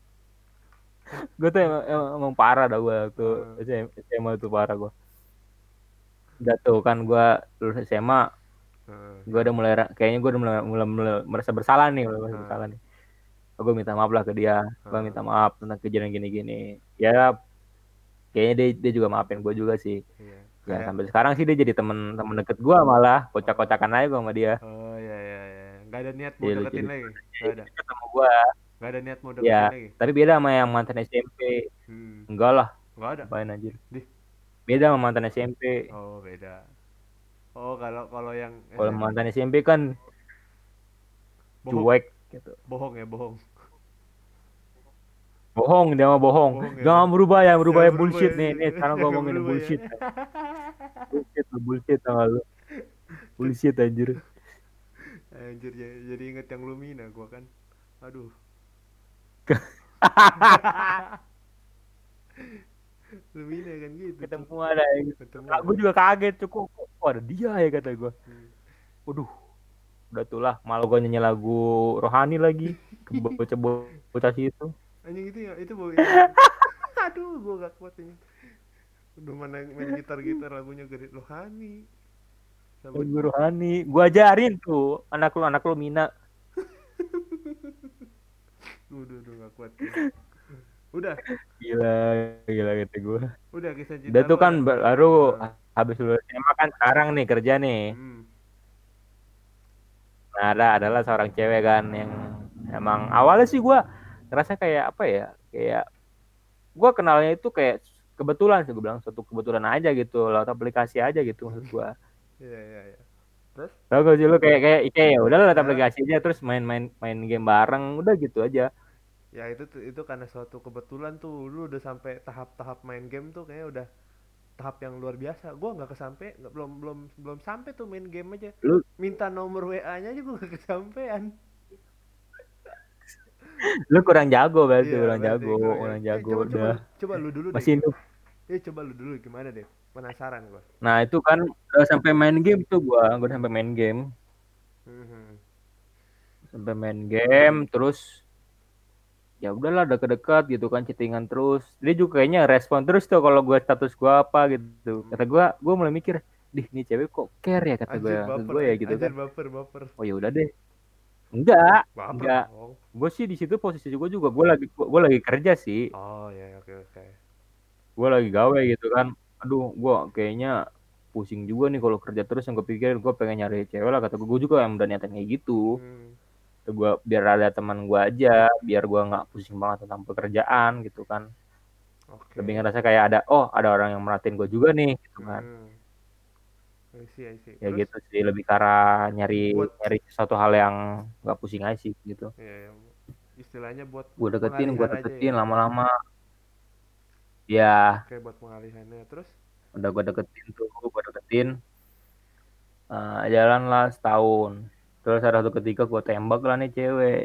Gue tuh emang parah dah gue tuh Eh, SMA tuh parah gue. Udah tuh kan gue lulus SMA eh, gue udah mulai kayaknya gue udah mulai merasa bersalah nih mulai merasa eh, bersalah nih. Gue minta maaf lah ke dia, gue eh, minta maaf tentang kejadian gini-gini ya. Kayaknya dia juga maafin gue juga sih. iya. Ya Kayak sampai sekarang sih dia jadi temen temen deket gue, malah kocak-kocakan oh, aja gue sama dia. oh ya ya ya. Nggak ada niat mau Jadi lucu deketin lucu lagi. aja Nggak ada. gitu sama gue. Nggak ada niat mau Ya deketin lagi. tapi beda sama yang mantan SMP. Hmm. Enggak lah, Nggak ada. ngapain anjir. Di. Beda sama mantan SMP. Oh beda. Oh kalau kalau yang Kalau SM mantan SMP kan bohong. cuek gitu. Bohong ya bohong. Bohong, dia mah bohong. Bohong ya Jangan bohong. berubah ya, berubah Jangan ya berubah bullshit ya. nih. Nih sekarang gue Jangan ngomongin berubah ya. bullshit. Bullshit, bullshit tau lu. Bullshit anjir. Anjir jadi inget yang Lumina gua kan. Aduh. Lumina kan gitu tuh. Ketemu ada yang gitu. Ketemu Gue ada. juga kaget cukup. Kok ada dia ya kata gue. Hmm. Waduh, udah tuh lah. Malah gue nyanyi lagu rohani lagi. Ke bocah-bocah itu. Anjing itu bawa yang aduh gua gak kuat ini. Udah mana main gitar-gitar lagunya Gerit Rohani. Sampai Lagu rohani. Gue ajarin tuh anak lu Mina. udah gak kuat gua. Udah, Gila, gila gitu gue. udah kisah Udah cinta tuh lu kan ada. baru Nah, habis lulus SMA kan sekarang nih kerja nih. hmm, Nah, adalah seorang cewek kan yang emang awalnya sih gue ngerasa kayak apa ya, kayak gue kenalnya itu kayak kebetulan sih gue bilang suatu kebetulan aja gitu lewat aplikasi aja gitu maksud gue. iya iya iya. Terus, Tahu gak sih lu kayak ya udah lewat ah, aplikasi aja terus main game bareng udah gitu aja. ya itu karena suatu kebetulan tuh lu udah sampai tahap-tahap main game tuh kayaknya udah tahap yang luar biasa. Gua nggak kesampe, nggak belum sampai tuh main game aja. Lu Minta nomor WA-nya aja gua nggak kesampean. lu kurang jago berarti Iya berarti kurang ya. kurang jago Coba udah coba lu dulu deh masih gimana? hidup. Coba lu dulu gimana deh? Penasaran gua. Nah itu kan udah sampai main game tuh gue sampai main game Hmm. terus ya udahlah deket-deket gitu kan chattingan terus dia juga kayaknya respon terus tuh kalau gue status gue apa gitu kata Hmm. gue mulai mikir dih nih cewek kok care ya kata gue Anjir ke baper, gue ya gitu anjir kan. baper, baper. Oh ya udah deh. enggak Baper enggak dong. gue sih di situ posisi juga gue lagi kerja sih, Oh ya oke oke. gue lagi gawe gitu kan. Aduh gue kayaknya pusing juga nih kalau kerja terus, yang gue pikirin gue pengen nyari cewek lah, kata gue juga yang udah niatan kayak gitu. Hmm, Kata gue biar ada teman gue aja, biar gue nggak pusing banget tentang pekerjaan gitu kan. Lebih oke. ngerasa kayak ada orang yang merhatiin gue juga nih gitu kan. Hmm, I see. Ya Terus gitu sih, lebih ke arah nyari buat nyari sesuatu hal yang nggak pusing aja sih gitu. ya, istilahnya buat Gue pengalihan aja deketin ya. lama-lama. Ya, Oke, buat pengalihannya. Terus udah gue deketin, jalan lah setahun. Terus ada satu ketika gue tembak lah nih cewek.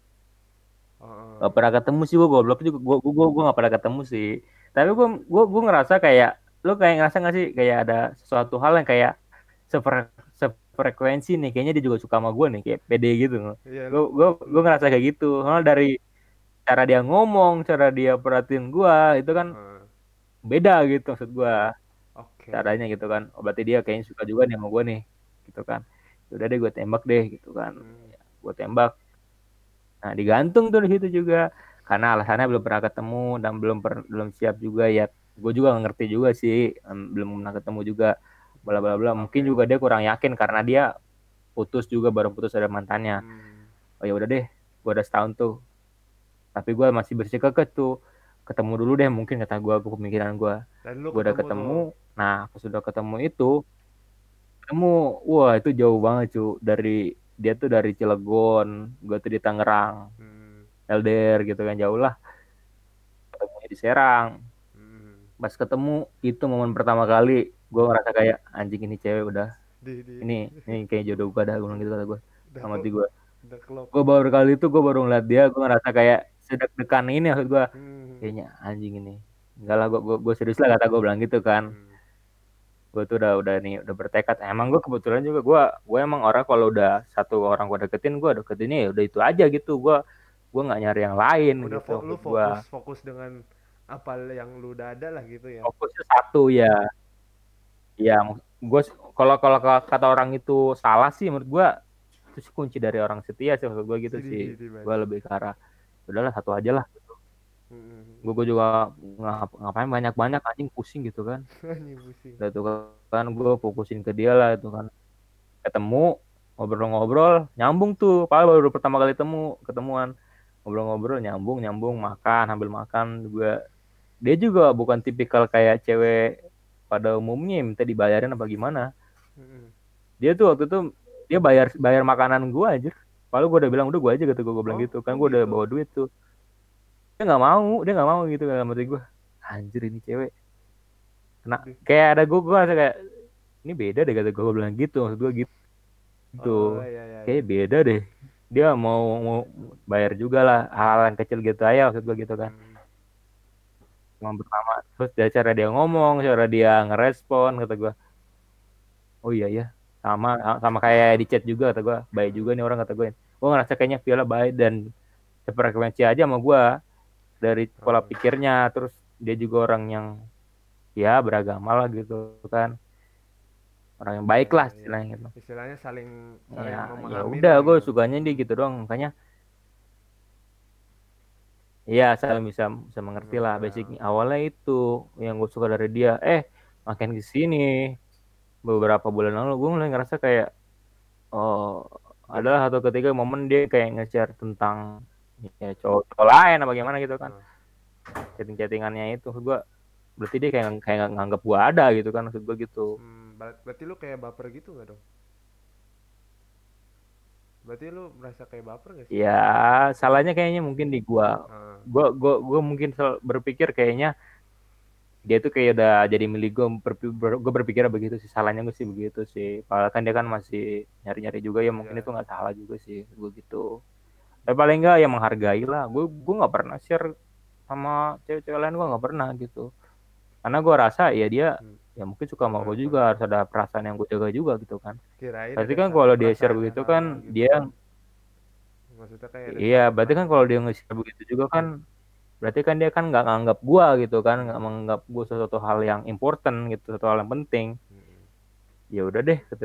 Gak oh, pernah ketemu sih, gue goblok juga, gue gak pernah ketemu sih. Tapi gue ngerasa kayak, lu kayak ngerasa gak sih kayak ada sesuatu hal yang kayak sefrekuensi nih, kayaknya dia juga suka sama gue nih, kayak pede gitu. iya Gue ngerasa kayak gitu, soalnya dari cara dia ngomong, cara dia perhatiin gue, itu kan heeh. beda gitu maksud gue, Oke. caranya gitu kan. Oh, berarti dia kayaknya suka juga nih sama gue nih, gitu kan. Udah deh gue tembak deh gitu kan. Hmm, Gue tembak. Nah, digantung tuh di situ juga. Karena alasannya belum pernah ketemu dan belum siap juga ya. Gue juga nggak ngerti juga sih, belum pernah ketemu juga, bla bla bla. Mungkin oke. juga dia kurang yakin karena dia putus juga, baru putus ada mantannya. Hmm, Oh ya udah deh, gue udah setahun tuh. Tapi gue masih bersikeras tuh. Ketemu dulu deh mungkin, kata gue pemikiran gue. dan lu Gue udah ketemu tuh. ketemu. Nah, pas sudah ketemu itu, ketemu, wah itu jauh banget cu. Dia tuh dari Cilegon, gue tuh di Tangerang. Hmm, LDR gitu kan, jauh lah. Ketemunya di Serang. hmm. Pas ketemu, itu momen pertama kali gue ngerasa kayak anjing, ini cewek udah, ini Di ini kayak jodoh gue dah, gue bilang gitu, kata gue udah sama kok hati gue. udah klop. Gue baru kali itu gue baru ngeliat dia, gue ngerasa kayak sedek-dekan ini, maksud gue Hmm, kayaknya anjing ini, enggak lah, gue serius lah, kata gue bilang gitu kan. hmm. Gue tuh udah nih udah bertekad, emang gue kebetulan juga gue emang orang kalau udah satu orang gue deketinnya ya udah itu aja gitu. Gue nggak nyari yang lain Udah gitu, lu maksud gue fokus dengan apa yang lu udah ada lah gitu ya. fokusnya satu ya. Ya, gue kalau kalau kata orang itu salah sih, menurut gue itu sih kunci dari orang setia sih, maksud gue gitu sih. Di Gue mantap. lebih ke arah udahlah satu aja lah. Hmm. Gue juga ngapain banyak banyak anjing, pusing gitu kan. Anjing pusing. Udah tuh kan gue fokusin ke dia lah itu kan. Ketemu, ngobrol-ngobrol, nyambung tuh. Padahal baru pertama kali ketemuan, ngobrol-ngobrol, nyambung nyambung, makan sambil makan juga. Dia juga bukan tipikal kayak cewek pada umumnya yang minta dibayarin apa gimana. Hmm. Dia tuh waktu itu dia bayar bayar makanan gue aja. Padahal gue udah bilang udah gue aja gitu, gue bilang gitu kan, Oh gue udah gitu. bawa duit tuh. Dia nggak mau gitu kan, sama gue. Anjir ini cewek. Kena Di- kayak ada gue rasa kayak ini beda deh, kata gue bilang gitu, maksud gue gitu. Oh ya. Kayak beda deh. Dia mau bayar juga lah hal yang kecil gitu aja, maksud gue gitu kan. Hmm. Yang pertama, terus dari cara dia ngomong, cara dia ngerespon, kata gue, oh iya ya, sama sama kayak di chat juga, kata gue baik juga Hmm. nih orang, kata gue ngerasa kayaknya Viola baik dan sefrekuensi aja sama gue dari pola Oh, pikirnya. Terus dia juga orang yang ya beragama lah gitu kan, orang yang baik lah ya. istilahnya gitu. Istilahnya saling Ya, saling ya memahami udah, lah gue gitu. sukanya dia gitu doang, makanya iya, saya bisa bisa mengerti lah basic Ngobrol. awalnya itu yang gue suka dari dia. Makin ke sini beberapa bulan lalu gue mulai ngerasa kayak, oh, Udah. adalah satu ketika momen dia kayak nge-share tentang ya cowok lain apa gimana gitu kan, Oh. chattingannya itu. Maksud gue berarti dia kayak kayak nganggap gue ada gitu kan, maksud gue gitu. Berarti lu kayak baper gitu nggak dong? Berarti lu merasa kayak baper gak sih? Ya salahnya kayaknya mungkin di gue. Ah, Gue mungkin berpikir kayaknya dia tuh kayak udah jadi milik gue. Gue berpikir begitu sih, salahnya gue sih begitu sih. Padahal kan dia kan masih nyari-nyari juga ya, mungkin iya. itu nggak salah juga sih gue gitu. Tapi paling nggak ya menghargai lah. Gue nggak pernah share sama cewek-cewek lain, gue nggak pernah gitu. Karena gue rasa ya dia Hmm, ya mungkin suka sama gue juga, Kenapa? harus ada perasaan yang gue jaga juga gitu kan. Kirain Berarti ada kan satu kalau dia share perasaan yang begitu kan sama gitu. dia, Maksudnya kayak ada iya satu berarti kan perasaan. kalau dia nge-share begitu juga kan, berarti kan dia kan nggak nganggap gue gitu kan, nggak Hmm, menganggap gue sesuatu hal yang important gitu, sesuatu hal yang penting. hmm. Ya udah deh, kata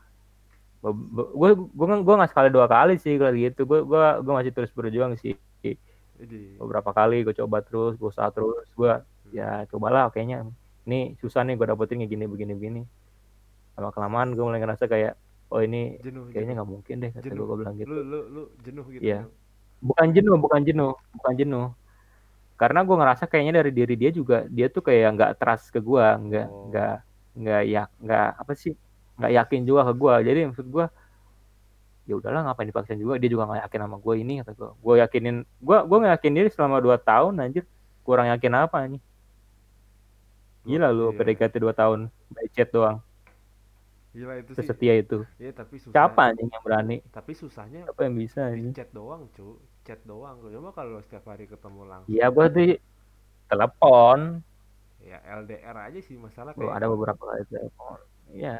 gue nggak sekali dua kali sih kalau gitu. Gue masih terus berjuang sih, Jadi, beberapa kali gue coba terus, gue usaha terus, gue hmm. ya cobalah kayaknya ini susah nih gue dapetin kayak gini begini begini. lama kelamaan gue mulai ngerasa kayak oh ini Jenuh, kayaknya jenuh, nggak mungkin deh kata jenuh. gue bilang Lu gitu. lu lu jenuh gitu, Iya, jenuh. bukan jenuh, karena gue ngerasa kayaknya dari diri dia juga dia tuh kayak nggak trust ke gue, Oh, nggak apa sih, nggak yakin juga ke gue. Jadi maksud gue ya udahlah ngapain dipaksain juga, dia juga nggak yakin sama gue ini kata gue yakinin, gue nggak yakin diri selama 2 tahun anjir, kurang yakin apa nih, gila lu iya. PDKT 2 tahun by chat doang, Gila itu sih. sesetia itu, Iya, tapi susah. siapa anjing yang berani, Tapi susahnya siapa yang bisa di anjing. chat doang, cu. Chat doang. Coba kalau setiap hari ketemu Ya langsung. gue tuh telepon, Ya LDR aja sih masalah gue ada kayaknya. beberapa kali telepon, ya.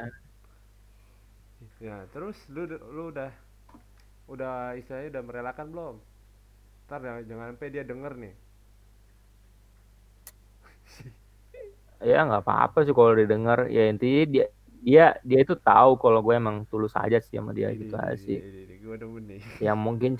Ya, terus lu udah istilahnya udah merelakan belum? Ntar jangan sampai dia denger nih. Ya nggak apa-apa sih kalau didengar, ya intinya dia dia dia itu tahu kalau gue emang tulus aja sih sama dia gitu aja sih. Ini gue demen nih. Yang mungkin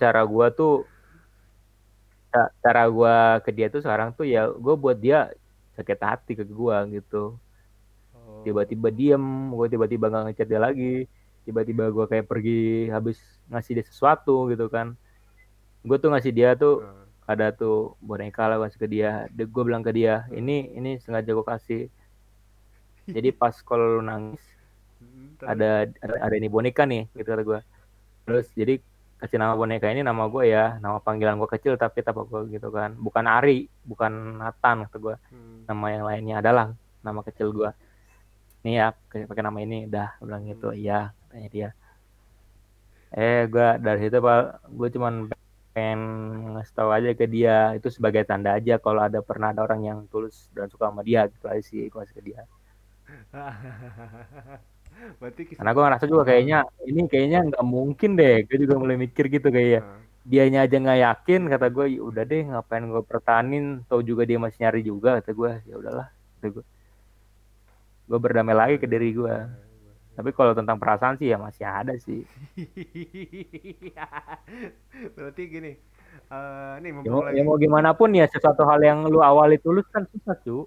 cara gue ke dia tuh sekarang tuh ya gue buat dia sakit hati ke gue gitu, Oh. tiba-tiba diem, gue tiba-tiba nggak ngechat dia lagi, tiba-tiba gue kayak pergi habis ngasih dia sesuatu gitu kan, gue tuh ngasih dia tuh Nah. ada tuh boneka lah kasih ke dia, gue bilang ke dia Nah. ini sengaja gue kasih, jadi pas kalau lu nangis Terus. ada ini boneka nih gitu kata gue, terus jadi kasih nama boneka ini nama gue ya, nama panggilan gue kecil tapi apa gue gitu kan, bukan Ari, bukan Nathan kata gue, Hmm. nama yang lainnya adalah nama kecil gue nih ya, pakai nama ini dah, gue bilang gitu Hmm. iya katanya dia. Gue dari situ pak, gue cuman pengen ngasih tahu aja ke dia itu sebagai tanda aja kalau ada pernah ada orang yang tulus dan suka sama dia gitu aja sih gue kasih ke dia. Berarti Karena gue ngerasa juga kayaknya ini kayaknya nggak mungkin deh. Gue juga mulai mikir gitu kayak Nah. dianya aja nggak yakin, kata gue "Ya udah deh ngapain gue pertahanin, tahu juga dia masih nyari juga kata gue, ya udahlah kata gue berdamai lagi ke diri gue. Tapi kalau tentang perasaan sih ya masih ada sih. Berarti gini, nih Ya mumpung ya lagi. mau gimana pun ya sesuatu hal yang lu awali tulus kan susah cu.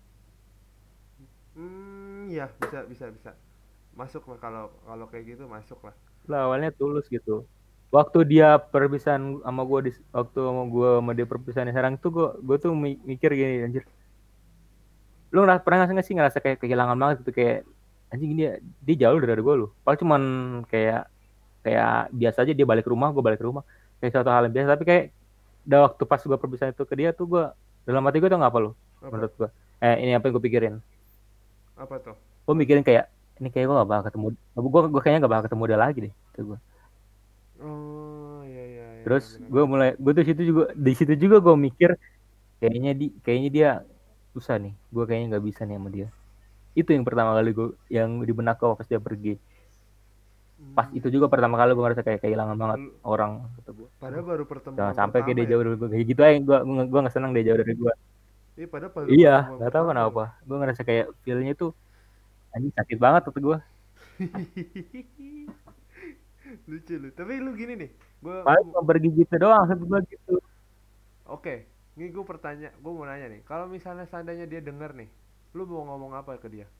Ya bisa bisa bisa. Masuk lah kalau kalau kayak gitu masuk lah. Lu awalnya tulus gitu. Waktu dia perpisahan sama gue waktu sama dia perpisahan sekarang tuh gue tuh mikir gini anjir, lu pernah nggak sih ngerasa kayak kehilangan banget gitu, kayak anjing dia jauh dari gue loh, paling cuman kayak kayak biasa aja dia balik rumah gue balik rumah, kayak suatu hal yang biasa, tapi kayak udah waktu pas gue perpisahan itu ke dia tuh gue dalam hati gue tuh nggak apa lo, Apa? menurut gue ini apa yang gue pikirin, Apa tuh? gue mikirin kayak ini kayak gue gak bakal ketemu, gue kayaknya gak bakal ketemu dia lagi deh gitu gue. Oh, iya iya iya Terus benar. gue tuh di situ juga gue mikir kayaknya dia susah nih, gue kayaknya nggak bisa nih sama dia. Itu yang pertama kali gue yang di benak gue pas dia pergi, pas itu Hmm. juga pertama kali gue ngerasa kayak kehilangan banget Lu- orang kata gue. Padahal Aduh, baru jangan pertemuan sampai kayak pertama dia ya. jauh dari gue kayak gitu aja, gue nggak senang dia jauh dari gue. Iya, padahal baru Iya, pertemuan nggak tahu pertama kenapa loh. gue ngerasa kayak feelnya tuh anjing sakit banget kata gue. Lucu lu. Tapi lu gini nih. Paling cuma pergi gitu doang kata gue gitu. Oke. Ini gue mau nanya nih. Kalau misalnya seandainya dia denger nih, lu mau ngomong apa ke dia?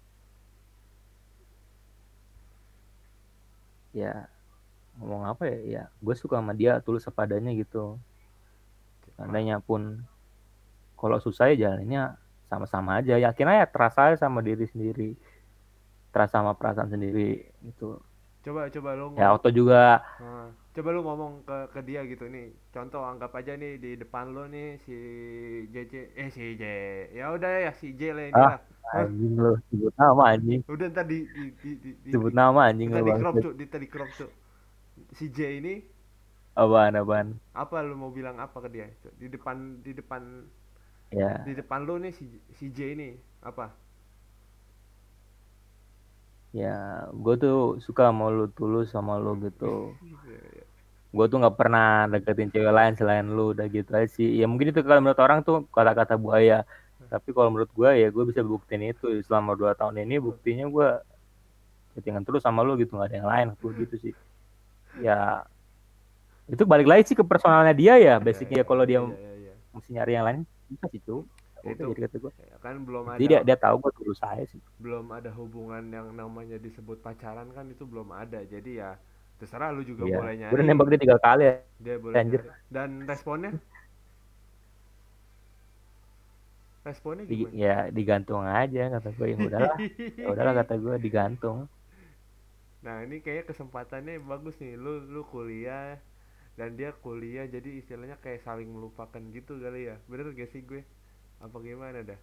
Ya ngomong apa ya, ya gue suka sama dia tulus sepadanya gitu, Wah. seandainya pun kalau susah ya jalannya sama-sama aja, yakin aja terasa aja sama diri sendiri, terasa sama perasaan sendiri gitu. Coba coba lu Ya ngomong. auto juga. Coba lu ngomong ke dia gitu nih. Contoh anggap aja nih di depan lu nih si JJ, si J. Ya udah ya si J lah Ah, inilah. Hah? anjing lu sebut nama anjing, Udah ntar sebut nama anjing lu ntar di crop bangset. tuh, di crop tuh. Si J ini Apaan. apa lu mau bilang apa ke dia? Di Ya depan lu nih si J ini apa? ya gue tuh suka sama lu, tulus sama lu gitu, gue tuh nggak pernah deketin cewek lain selain lu, udah gitu aja sih. Ya mungkin itu kalau menurut orang tuh kata-kata buaya, tapi kalau menurut gue ya gue bisa buktiin itu selama 2 tahun ini, buktinya gue chattingan terus sama lu gitu, nggak ada yang lain gue gitu sih. Ya itu balik lagi sih ke personalnya dia ya, Iya basicnya iya kalau dia iya iya iya. mesti nyari yang lain bisa sih tuh. udah Itu jadi kata gue. ya kan belum Jadi ada dia tahu gue tulus saya sih. hubungan yang namanya disebut pacaran kan, itu belum ada. Jadi ya terserah lu juga Iya, boleh gue udah nyari, nembak dia 3 kali ya, dia boleh anjir. nyari. Dan responnya gimana? Ya digantung aja kata gue, ya udahlah kata gue digantung. Nah ini kayak kesempatannya bagus nih, lu kuliah dan dia kuliah, jadi istilahnya kayak saling melupakan gitu kali ya, bener gak sih gue? Apa gimana dah?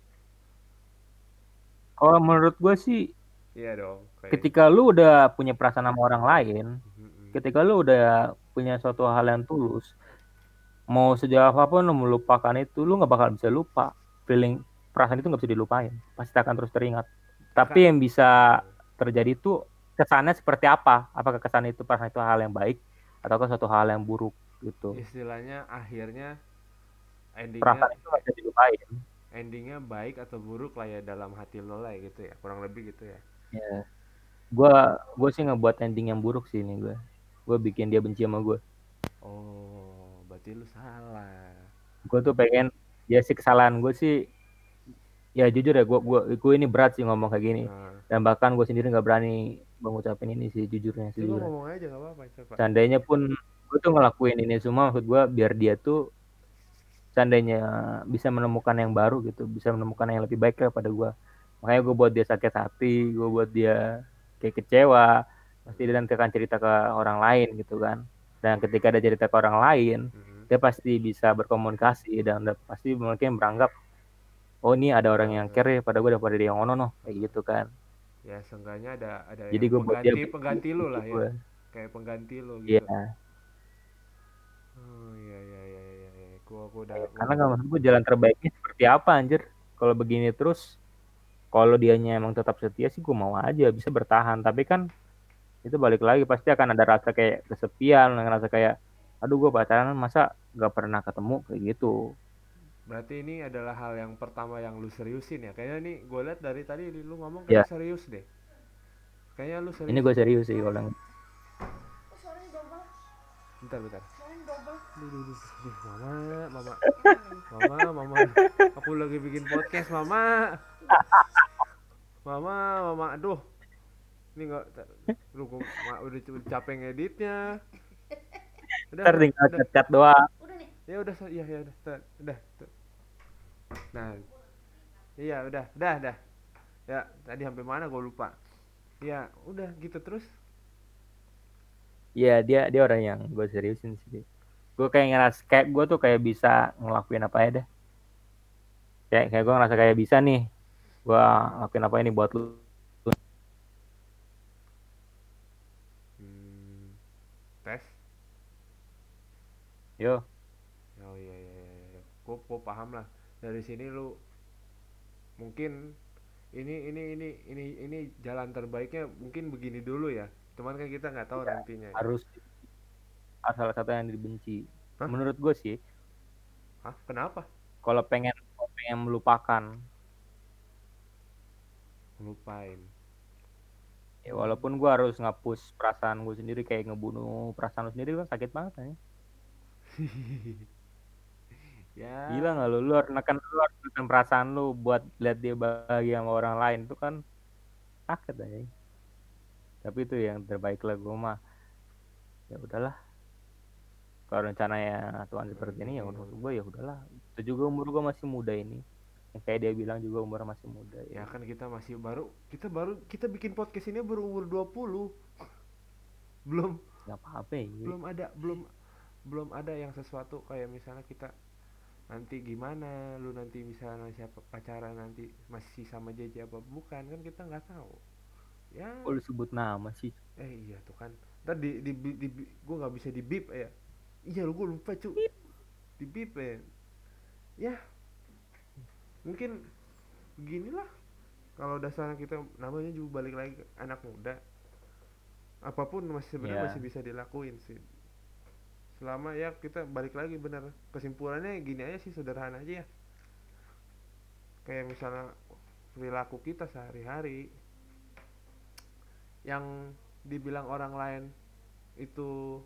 Kalau menurut gue sih, Iya dong kayak. ketika lu udah punya perasaan sama orang lain, Mm-mm. ketika lu udah punya suatu hal yang tulus, mau sejauh apapun lu melupakan itu, lu nggak bakal bisa lupa. Feeling perasaan itu nggak bisa dilupain, pasti akan terus teringat. Tapi Kak, yang bisa terjadi itu kesannya seperti apa? Apakah kesan itu perasaan itu hal yang baik ataukah suatu hal yang buruk gitu? istilahnya akhirnya endingnya Perasaan itu nggak bisa dilupain. endingnya baik atau buruk lah ya dalam hati lo lah gitu ya, kurang lebih gitu ya. Ya, gue sih ngebuat ending yang buruk sih ini gue. Gue bikin dia benci sama gue. Oh berarti lu salah. Gue tuh pengen, ya sih kesalahan gue sih, ya jujur ya, gue ini berat sih ngomong kayak gini, Nah, dan bahkan gue sendiri nggak berani mengucapin ini sih, jujurnya coba sejujurnya. ngomong aja nggak apa-apa coba. Seandainya pun gue tuh ngelakuin ini semua, maksud gue biar dia tuh seandainya bisa menemukan yang baru gitu, bisa menemukan yang lebih baik daripada gue. Makanya gue buat dia sakit hati, gue buat dia kayak kecewa, pasti dia nanti akan cerita ke orang lain gitu kan. Dan ketika dia cerita ke orang lain, Mm-mm. dia pasti bisa berkomunikasi dan pasti mungkin beranggap, oh ini ada orang yang Eh, care pada gue daripada dia yang ono noh kayak gitu kan. ya seenggaknya ada Jadi yang gue buat dia pengganti lu benci lah ya, gue. kayak pengganti lu gitu. Iya, Oh iya iya iya iya, iya. Gua udah iya. gua Karena nggak, maksud gue jalan terbaiknya seperti apa anjir. Kalau begini terus, kalau dianya emang tetap setia sih gue mau aja bisa bertahan. Tapi kan itu balik lagi pasti akan ada rasa kayak kesepian, ngerasa kayak, aduh gue pacaran masa nggak pernah ketemu kayak gitu. berarti ini adalah hal yang pertama yang lu seriusin ya. Kayaknya nih gue liat dari tadi lu ngomong kayak Ya, serius deh. Kayaknya lu ini serius gue deh. serius sih kalau yang Bentar bentar. Duh, mama. Aku lagi bikin podcast, mama. Mama. Aduh, ini nggak. Lu udah capek ngeditnya. Udah, tinggal udah. chat doang. Ya udah, ya udah, udah. Nah, iya udah. Ya, tadi sampai mana gue lupa. Ya, udah gitu terus. Iya, dia dia orang yang gue seriusin sih. Gue kayak ngerasa kayak gue tuh kayak bisa ngelakuin apa ya deh. Kayak gue ngerasa kayak bisa nih, gue ngelakuin apa ini buat lu. Hmm, tes. Yo, Oh iya. Gue paham lah. Dari sini lu mungkin ini jalan terbaiknya mungkin begini dulu ya. Cuman kan kita nggak tahu ya, nantinya ya. harus salah satu yang dibenci. Hah? Menurut gue sih, Hah? Kenapa? kalau pengen melupakan, Ngelupain. ya Hmm. walaupun gue harus ngapus perasaan gue sendiri, kayak ngebunuh perasaan lu sendiri kan sakit banget ya. Gila Ya, nggak lu harus neken perasaan lu buat lihat dia bahagia sama orang lain itu kan sakit aja. Tapi itu yang terbaik lah gue mah. Ya udahlah. Kalau rencananya Tuhan seperti ini ya menurut gue ya udahlah. Itu juga umur gue masih muda ini. Yang kayak dia bilang juga umur masih muda ya. ya kan kita masih kita bikin podcast ini baru umur 20. Belum Nggak apa-apa ya. belum ada belum ada yang sesuatu kayak misalnya kita nanti gimana, lu nanti misalnya siapa pacaran nanti masih sama JJ apa bukan, kan kita nggak tahu ya. Kok lu sebut nama sih? Iya tuh kan, ntar gue nggak bisa di bip ya. Iya lu, gue lupa cu, di bip ya. Ya mungkin beginilah, kalau dasarnya kita namanya juga balik lagi ke anak muda, apapun masih sebenarnya masih Ya, bisa dilakuin sih, selama ya kita balik lagi bener, kesimpulannya gini aja sih, sederhana aja ya, kayak misalnya perilaku kita sehari-hari yang dibilang orang lain itu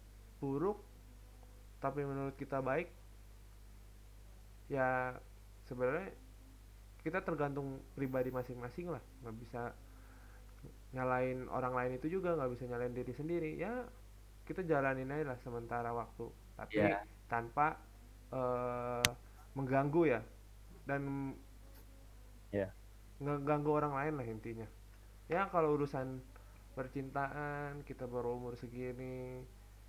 buruk tapi menurut kita baik, ya sebenarnya kita tergantung pribadi masing-masing lah, nggak bisa nyalain orang lain, itu juga nggak bisa nyalain diri sendiri ya. Kita jalanin aja lah sementara waktu, tapi Ya, tanpa eh, mengganggu ya, dan ya, ngeganggu orang lain lah intinya. Ya kalau urusan percintaan kita baru umur segini,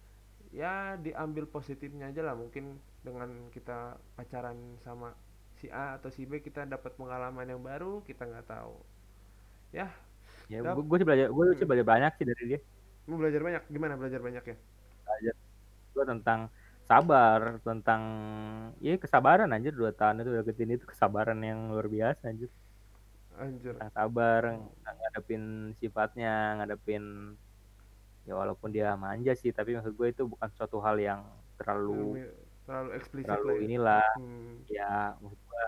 ya diambil positifnya aja lah. Mungkin dengan kita pacaran sama si A atau si B kita dapat pengalaman yang baru, kita nggak tahu ya. ya. Dap Gue sih belajar banyak sih dari dia. mau belajar banyak, gimana belajar banyak ya? Belajar gue tentang sabar, tentang ya kesabaran anjir 2 tahun itu deketin itu kesabaran yang luar biasa anjir. Anjir. Tentang sabar, ngadepin sifatnya, ngadepin ya walaupun dia manja sih, tapi maksud gue itu bukan suatu hal yang terlalu Terlalu eksplisit terlalu lah ya. inilah Hmm, ya, maksud gue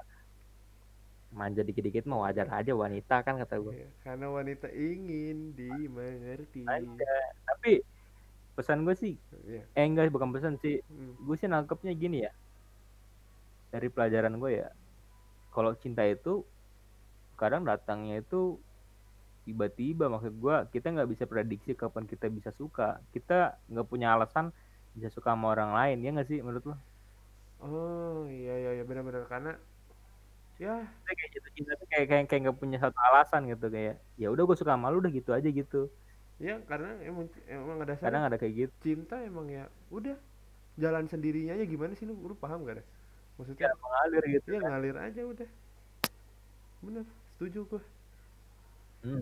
manja dikit-dikit mah wajar aja wanita kan kata gue. iya, karena wanita ingin dimengerti. Manja. Tapi pesan gue sih, Iya. enggak bukan pesan sih, Hmm. gue sih nangkepnya gini ya, dari pelajaran gue ya, kalau cinta itu kadang datangnya itu tiba-tiba, maksud gue kita nggak bisa prediksi kapan kita bisa suka, kita nggak punya alasan bisa suka sama orang lain, ya nggak sih menurut lo? Oh iya iya iya, benar-benar karena ya, Kayak gitu, cinta tuh kayak nggak punya satu alasan gitu, kayak ya udah gue suka sama lu udah gitu aja gitu. ya karena emang dasarnya Kadang ada kayak gitu cinta emang ya udah jalan sendirinya aja. Gimana sih, lu paham gak deh maksudnya? ya, mengalir gitu Ya kan. ngalir aja udah, bener, setuju gue. Hmm.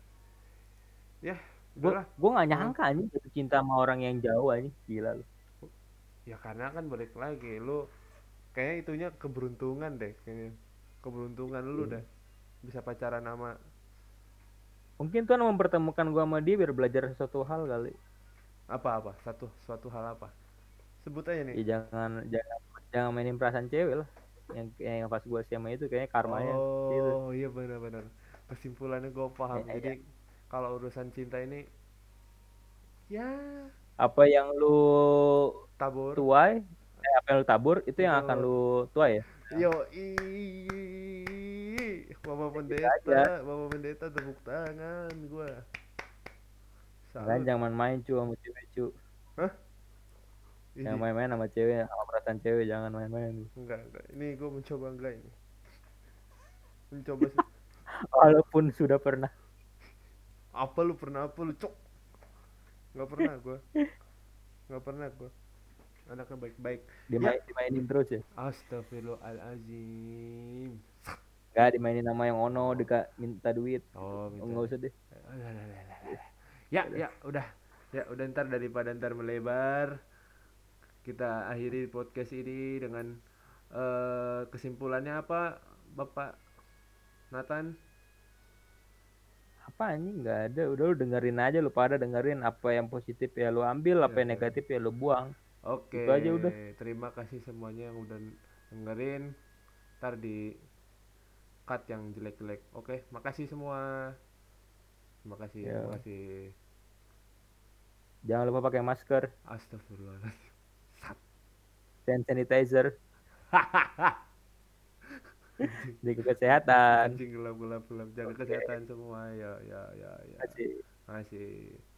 Ya gue udahlah. gue nggak Eh, nyangka anjing jatuh cinta sama orang yang jauh anjing, gila lu. ya karena kan balik lagi lu, kayaknya itunya keberuntungan deh kayaknya. Keberuntungan lu Iya. dah bisa pacaran sama Mungkin Tuhan mempertemukan gue sama dia biar belajar sesuatu hal kali. apa-apa, suatu hal apa, sebut aja nih. Ya jangan jangan jangan mainin perasaan cewek lah, yang pas gue sama itu kayaknya karmanya itu. Oh iya, benar-benar kesimpulannya gue paham. Ya, Jadi kalau urusan cinta ini ya apa yang lu tabur tuai, apa yang lu tabur itu yang itu. akan lu tuai ya. Yo Bapak Ya gitu Pendeta, aja. Bapak Pendeta, tepuk tangan gue, Kan salut. jangan main-main cu sama cewek cu. Hah? Jangan Ini main-main sama cewek, sama perasaan cewek jangan main-main. enggak, ini gue mencoba, enggak ini mencoba sih. Walaupun sudah pernah. Apa lu pernah, apa lu cok? Nggak pernah gue, nggak pernah gue, anaknya baik-baik. Ya, Dimainin terus ya. astagfirullahalazim. Gak dimainin sama yang ono dekat minta duit. Oh Oh, minta. nggak usah deh. Ya ya udah, ya udah, ntar daripada ntar melebar, kita akhiri podcast ini dengan kesimpulannya apa, Bapak Nathan? Apa anjing nggak ada, udah lu dengerin aja, lu pada dengerin, apa yang positif ya lu ambil, apa yang Ya. negatif ya lu buang, Oke, itu aja udah. terima kasih semuanya yang udah dengerin. Ntar di cut yang jelek-jelek. Oke, makasih semua. Terima kasih, terima Ya kasih. jangan lupa pakai masker, Astagfirullahaladzim. hand sanitizer, Anjing, jaga kesehatan. anjing, gelap gelap gelap. Jaga Oke, kesehatan semua. Ya ya ya ya. kasih. Makasih.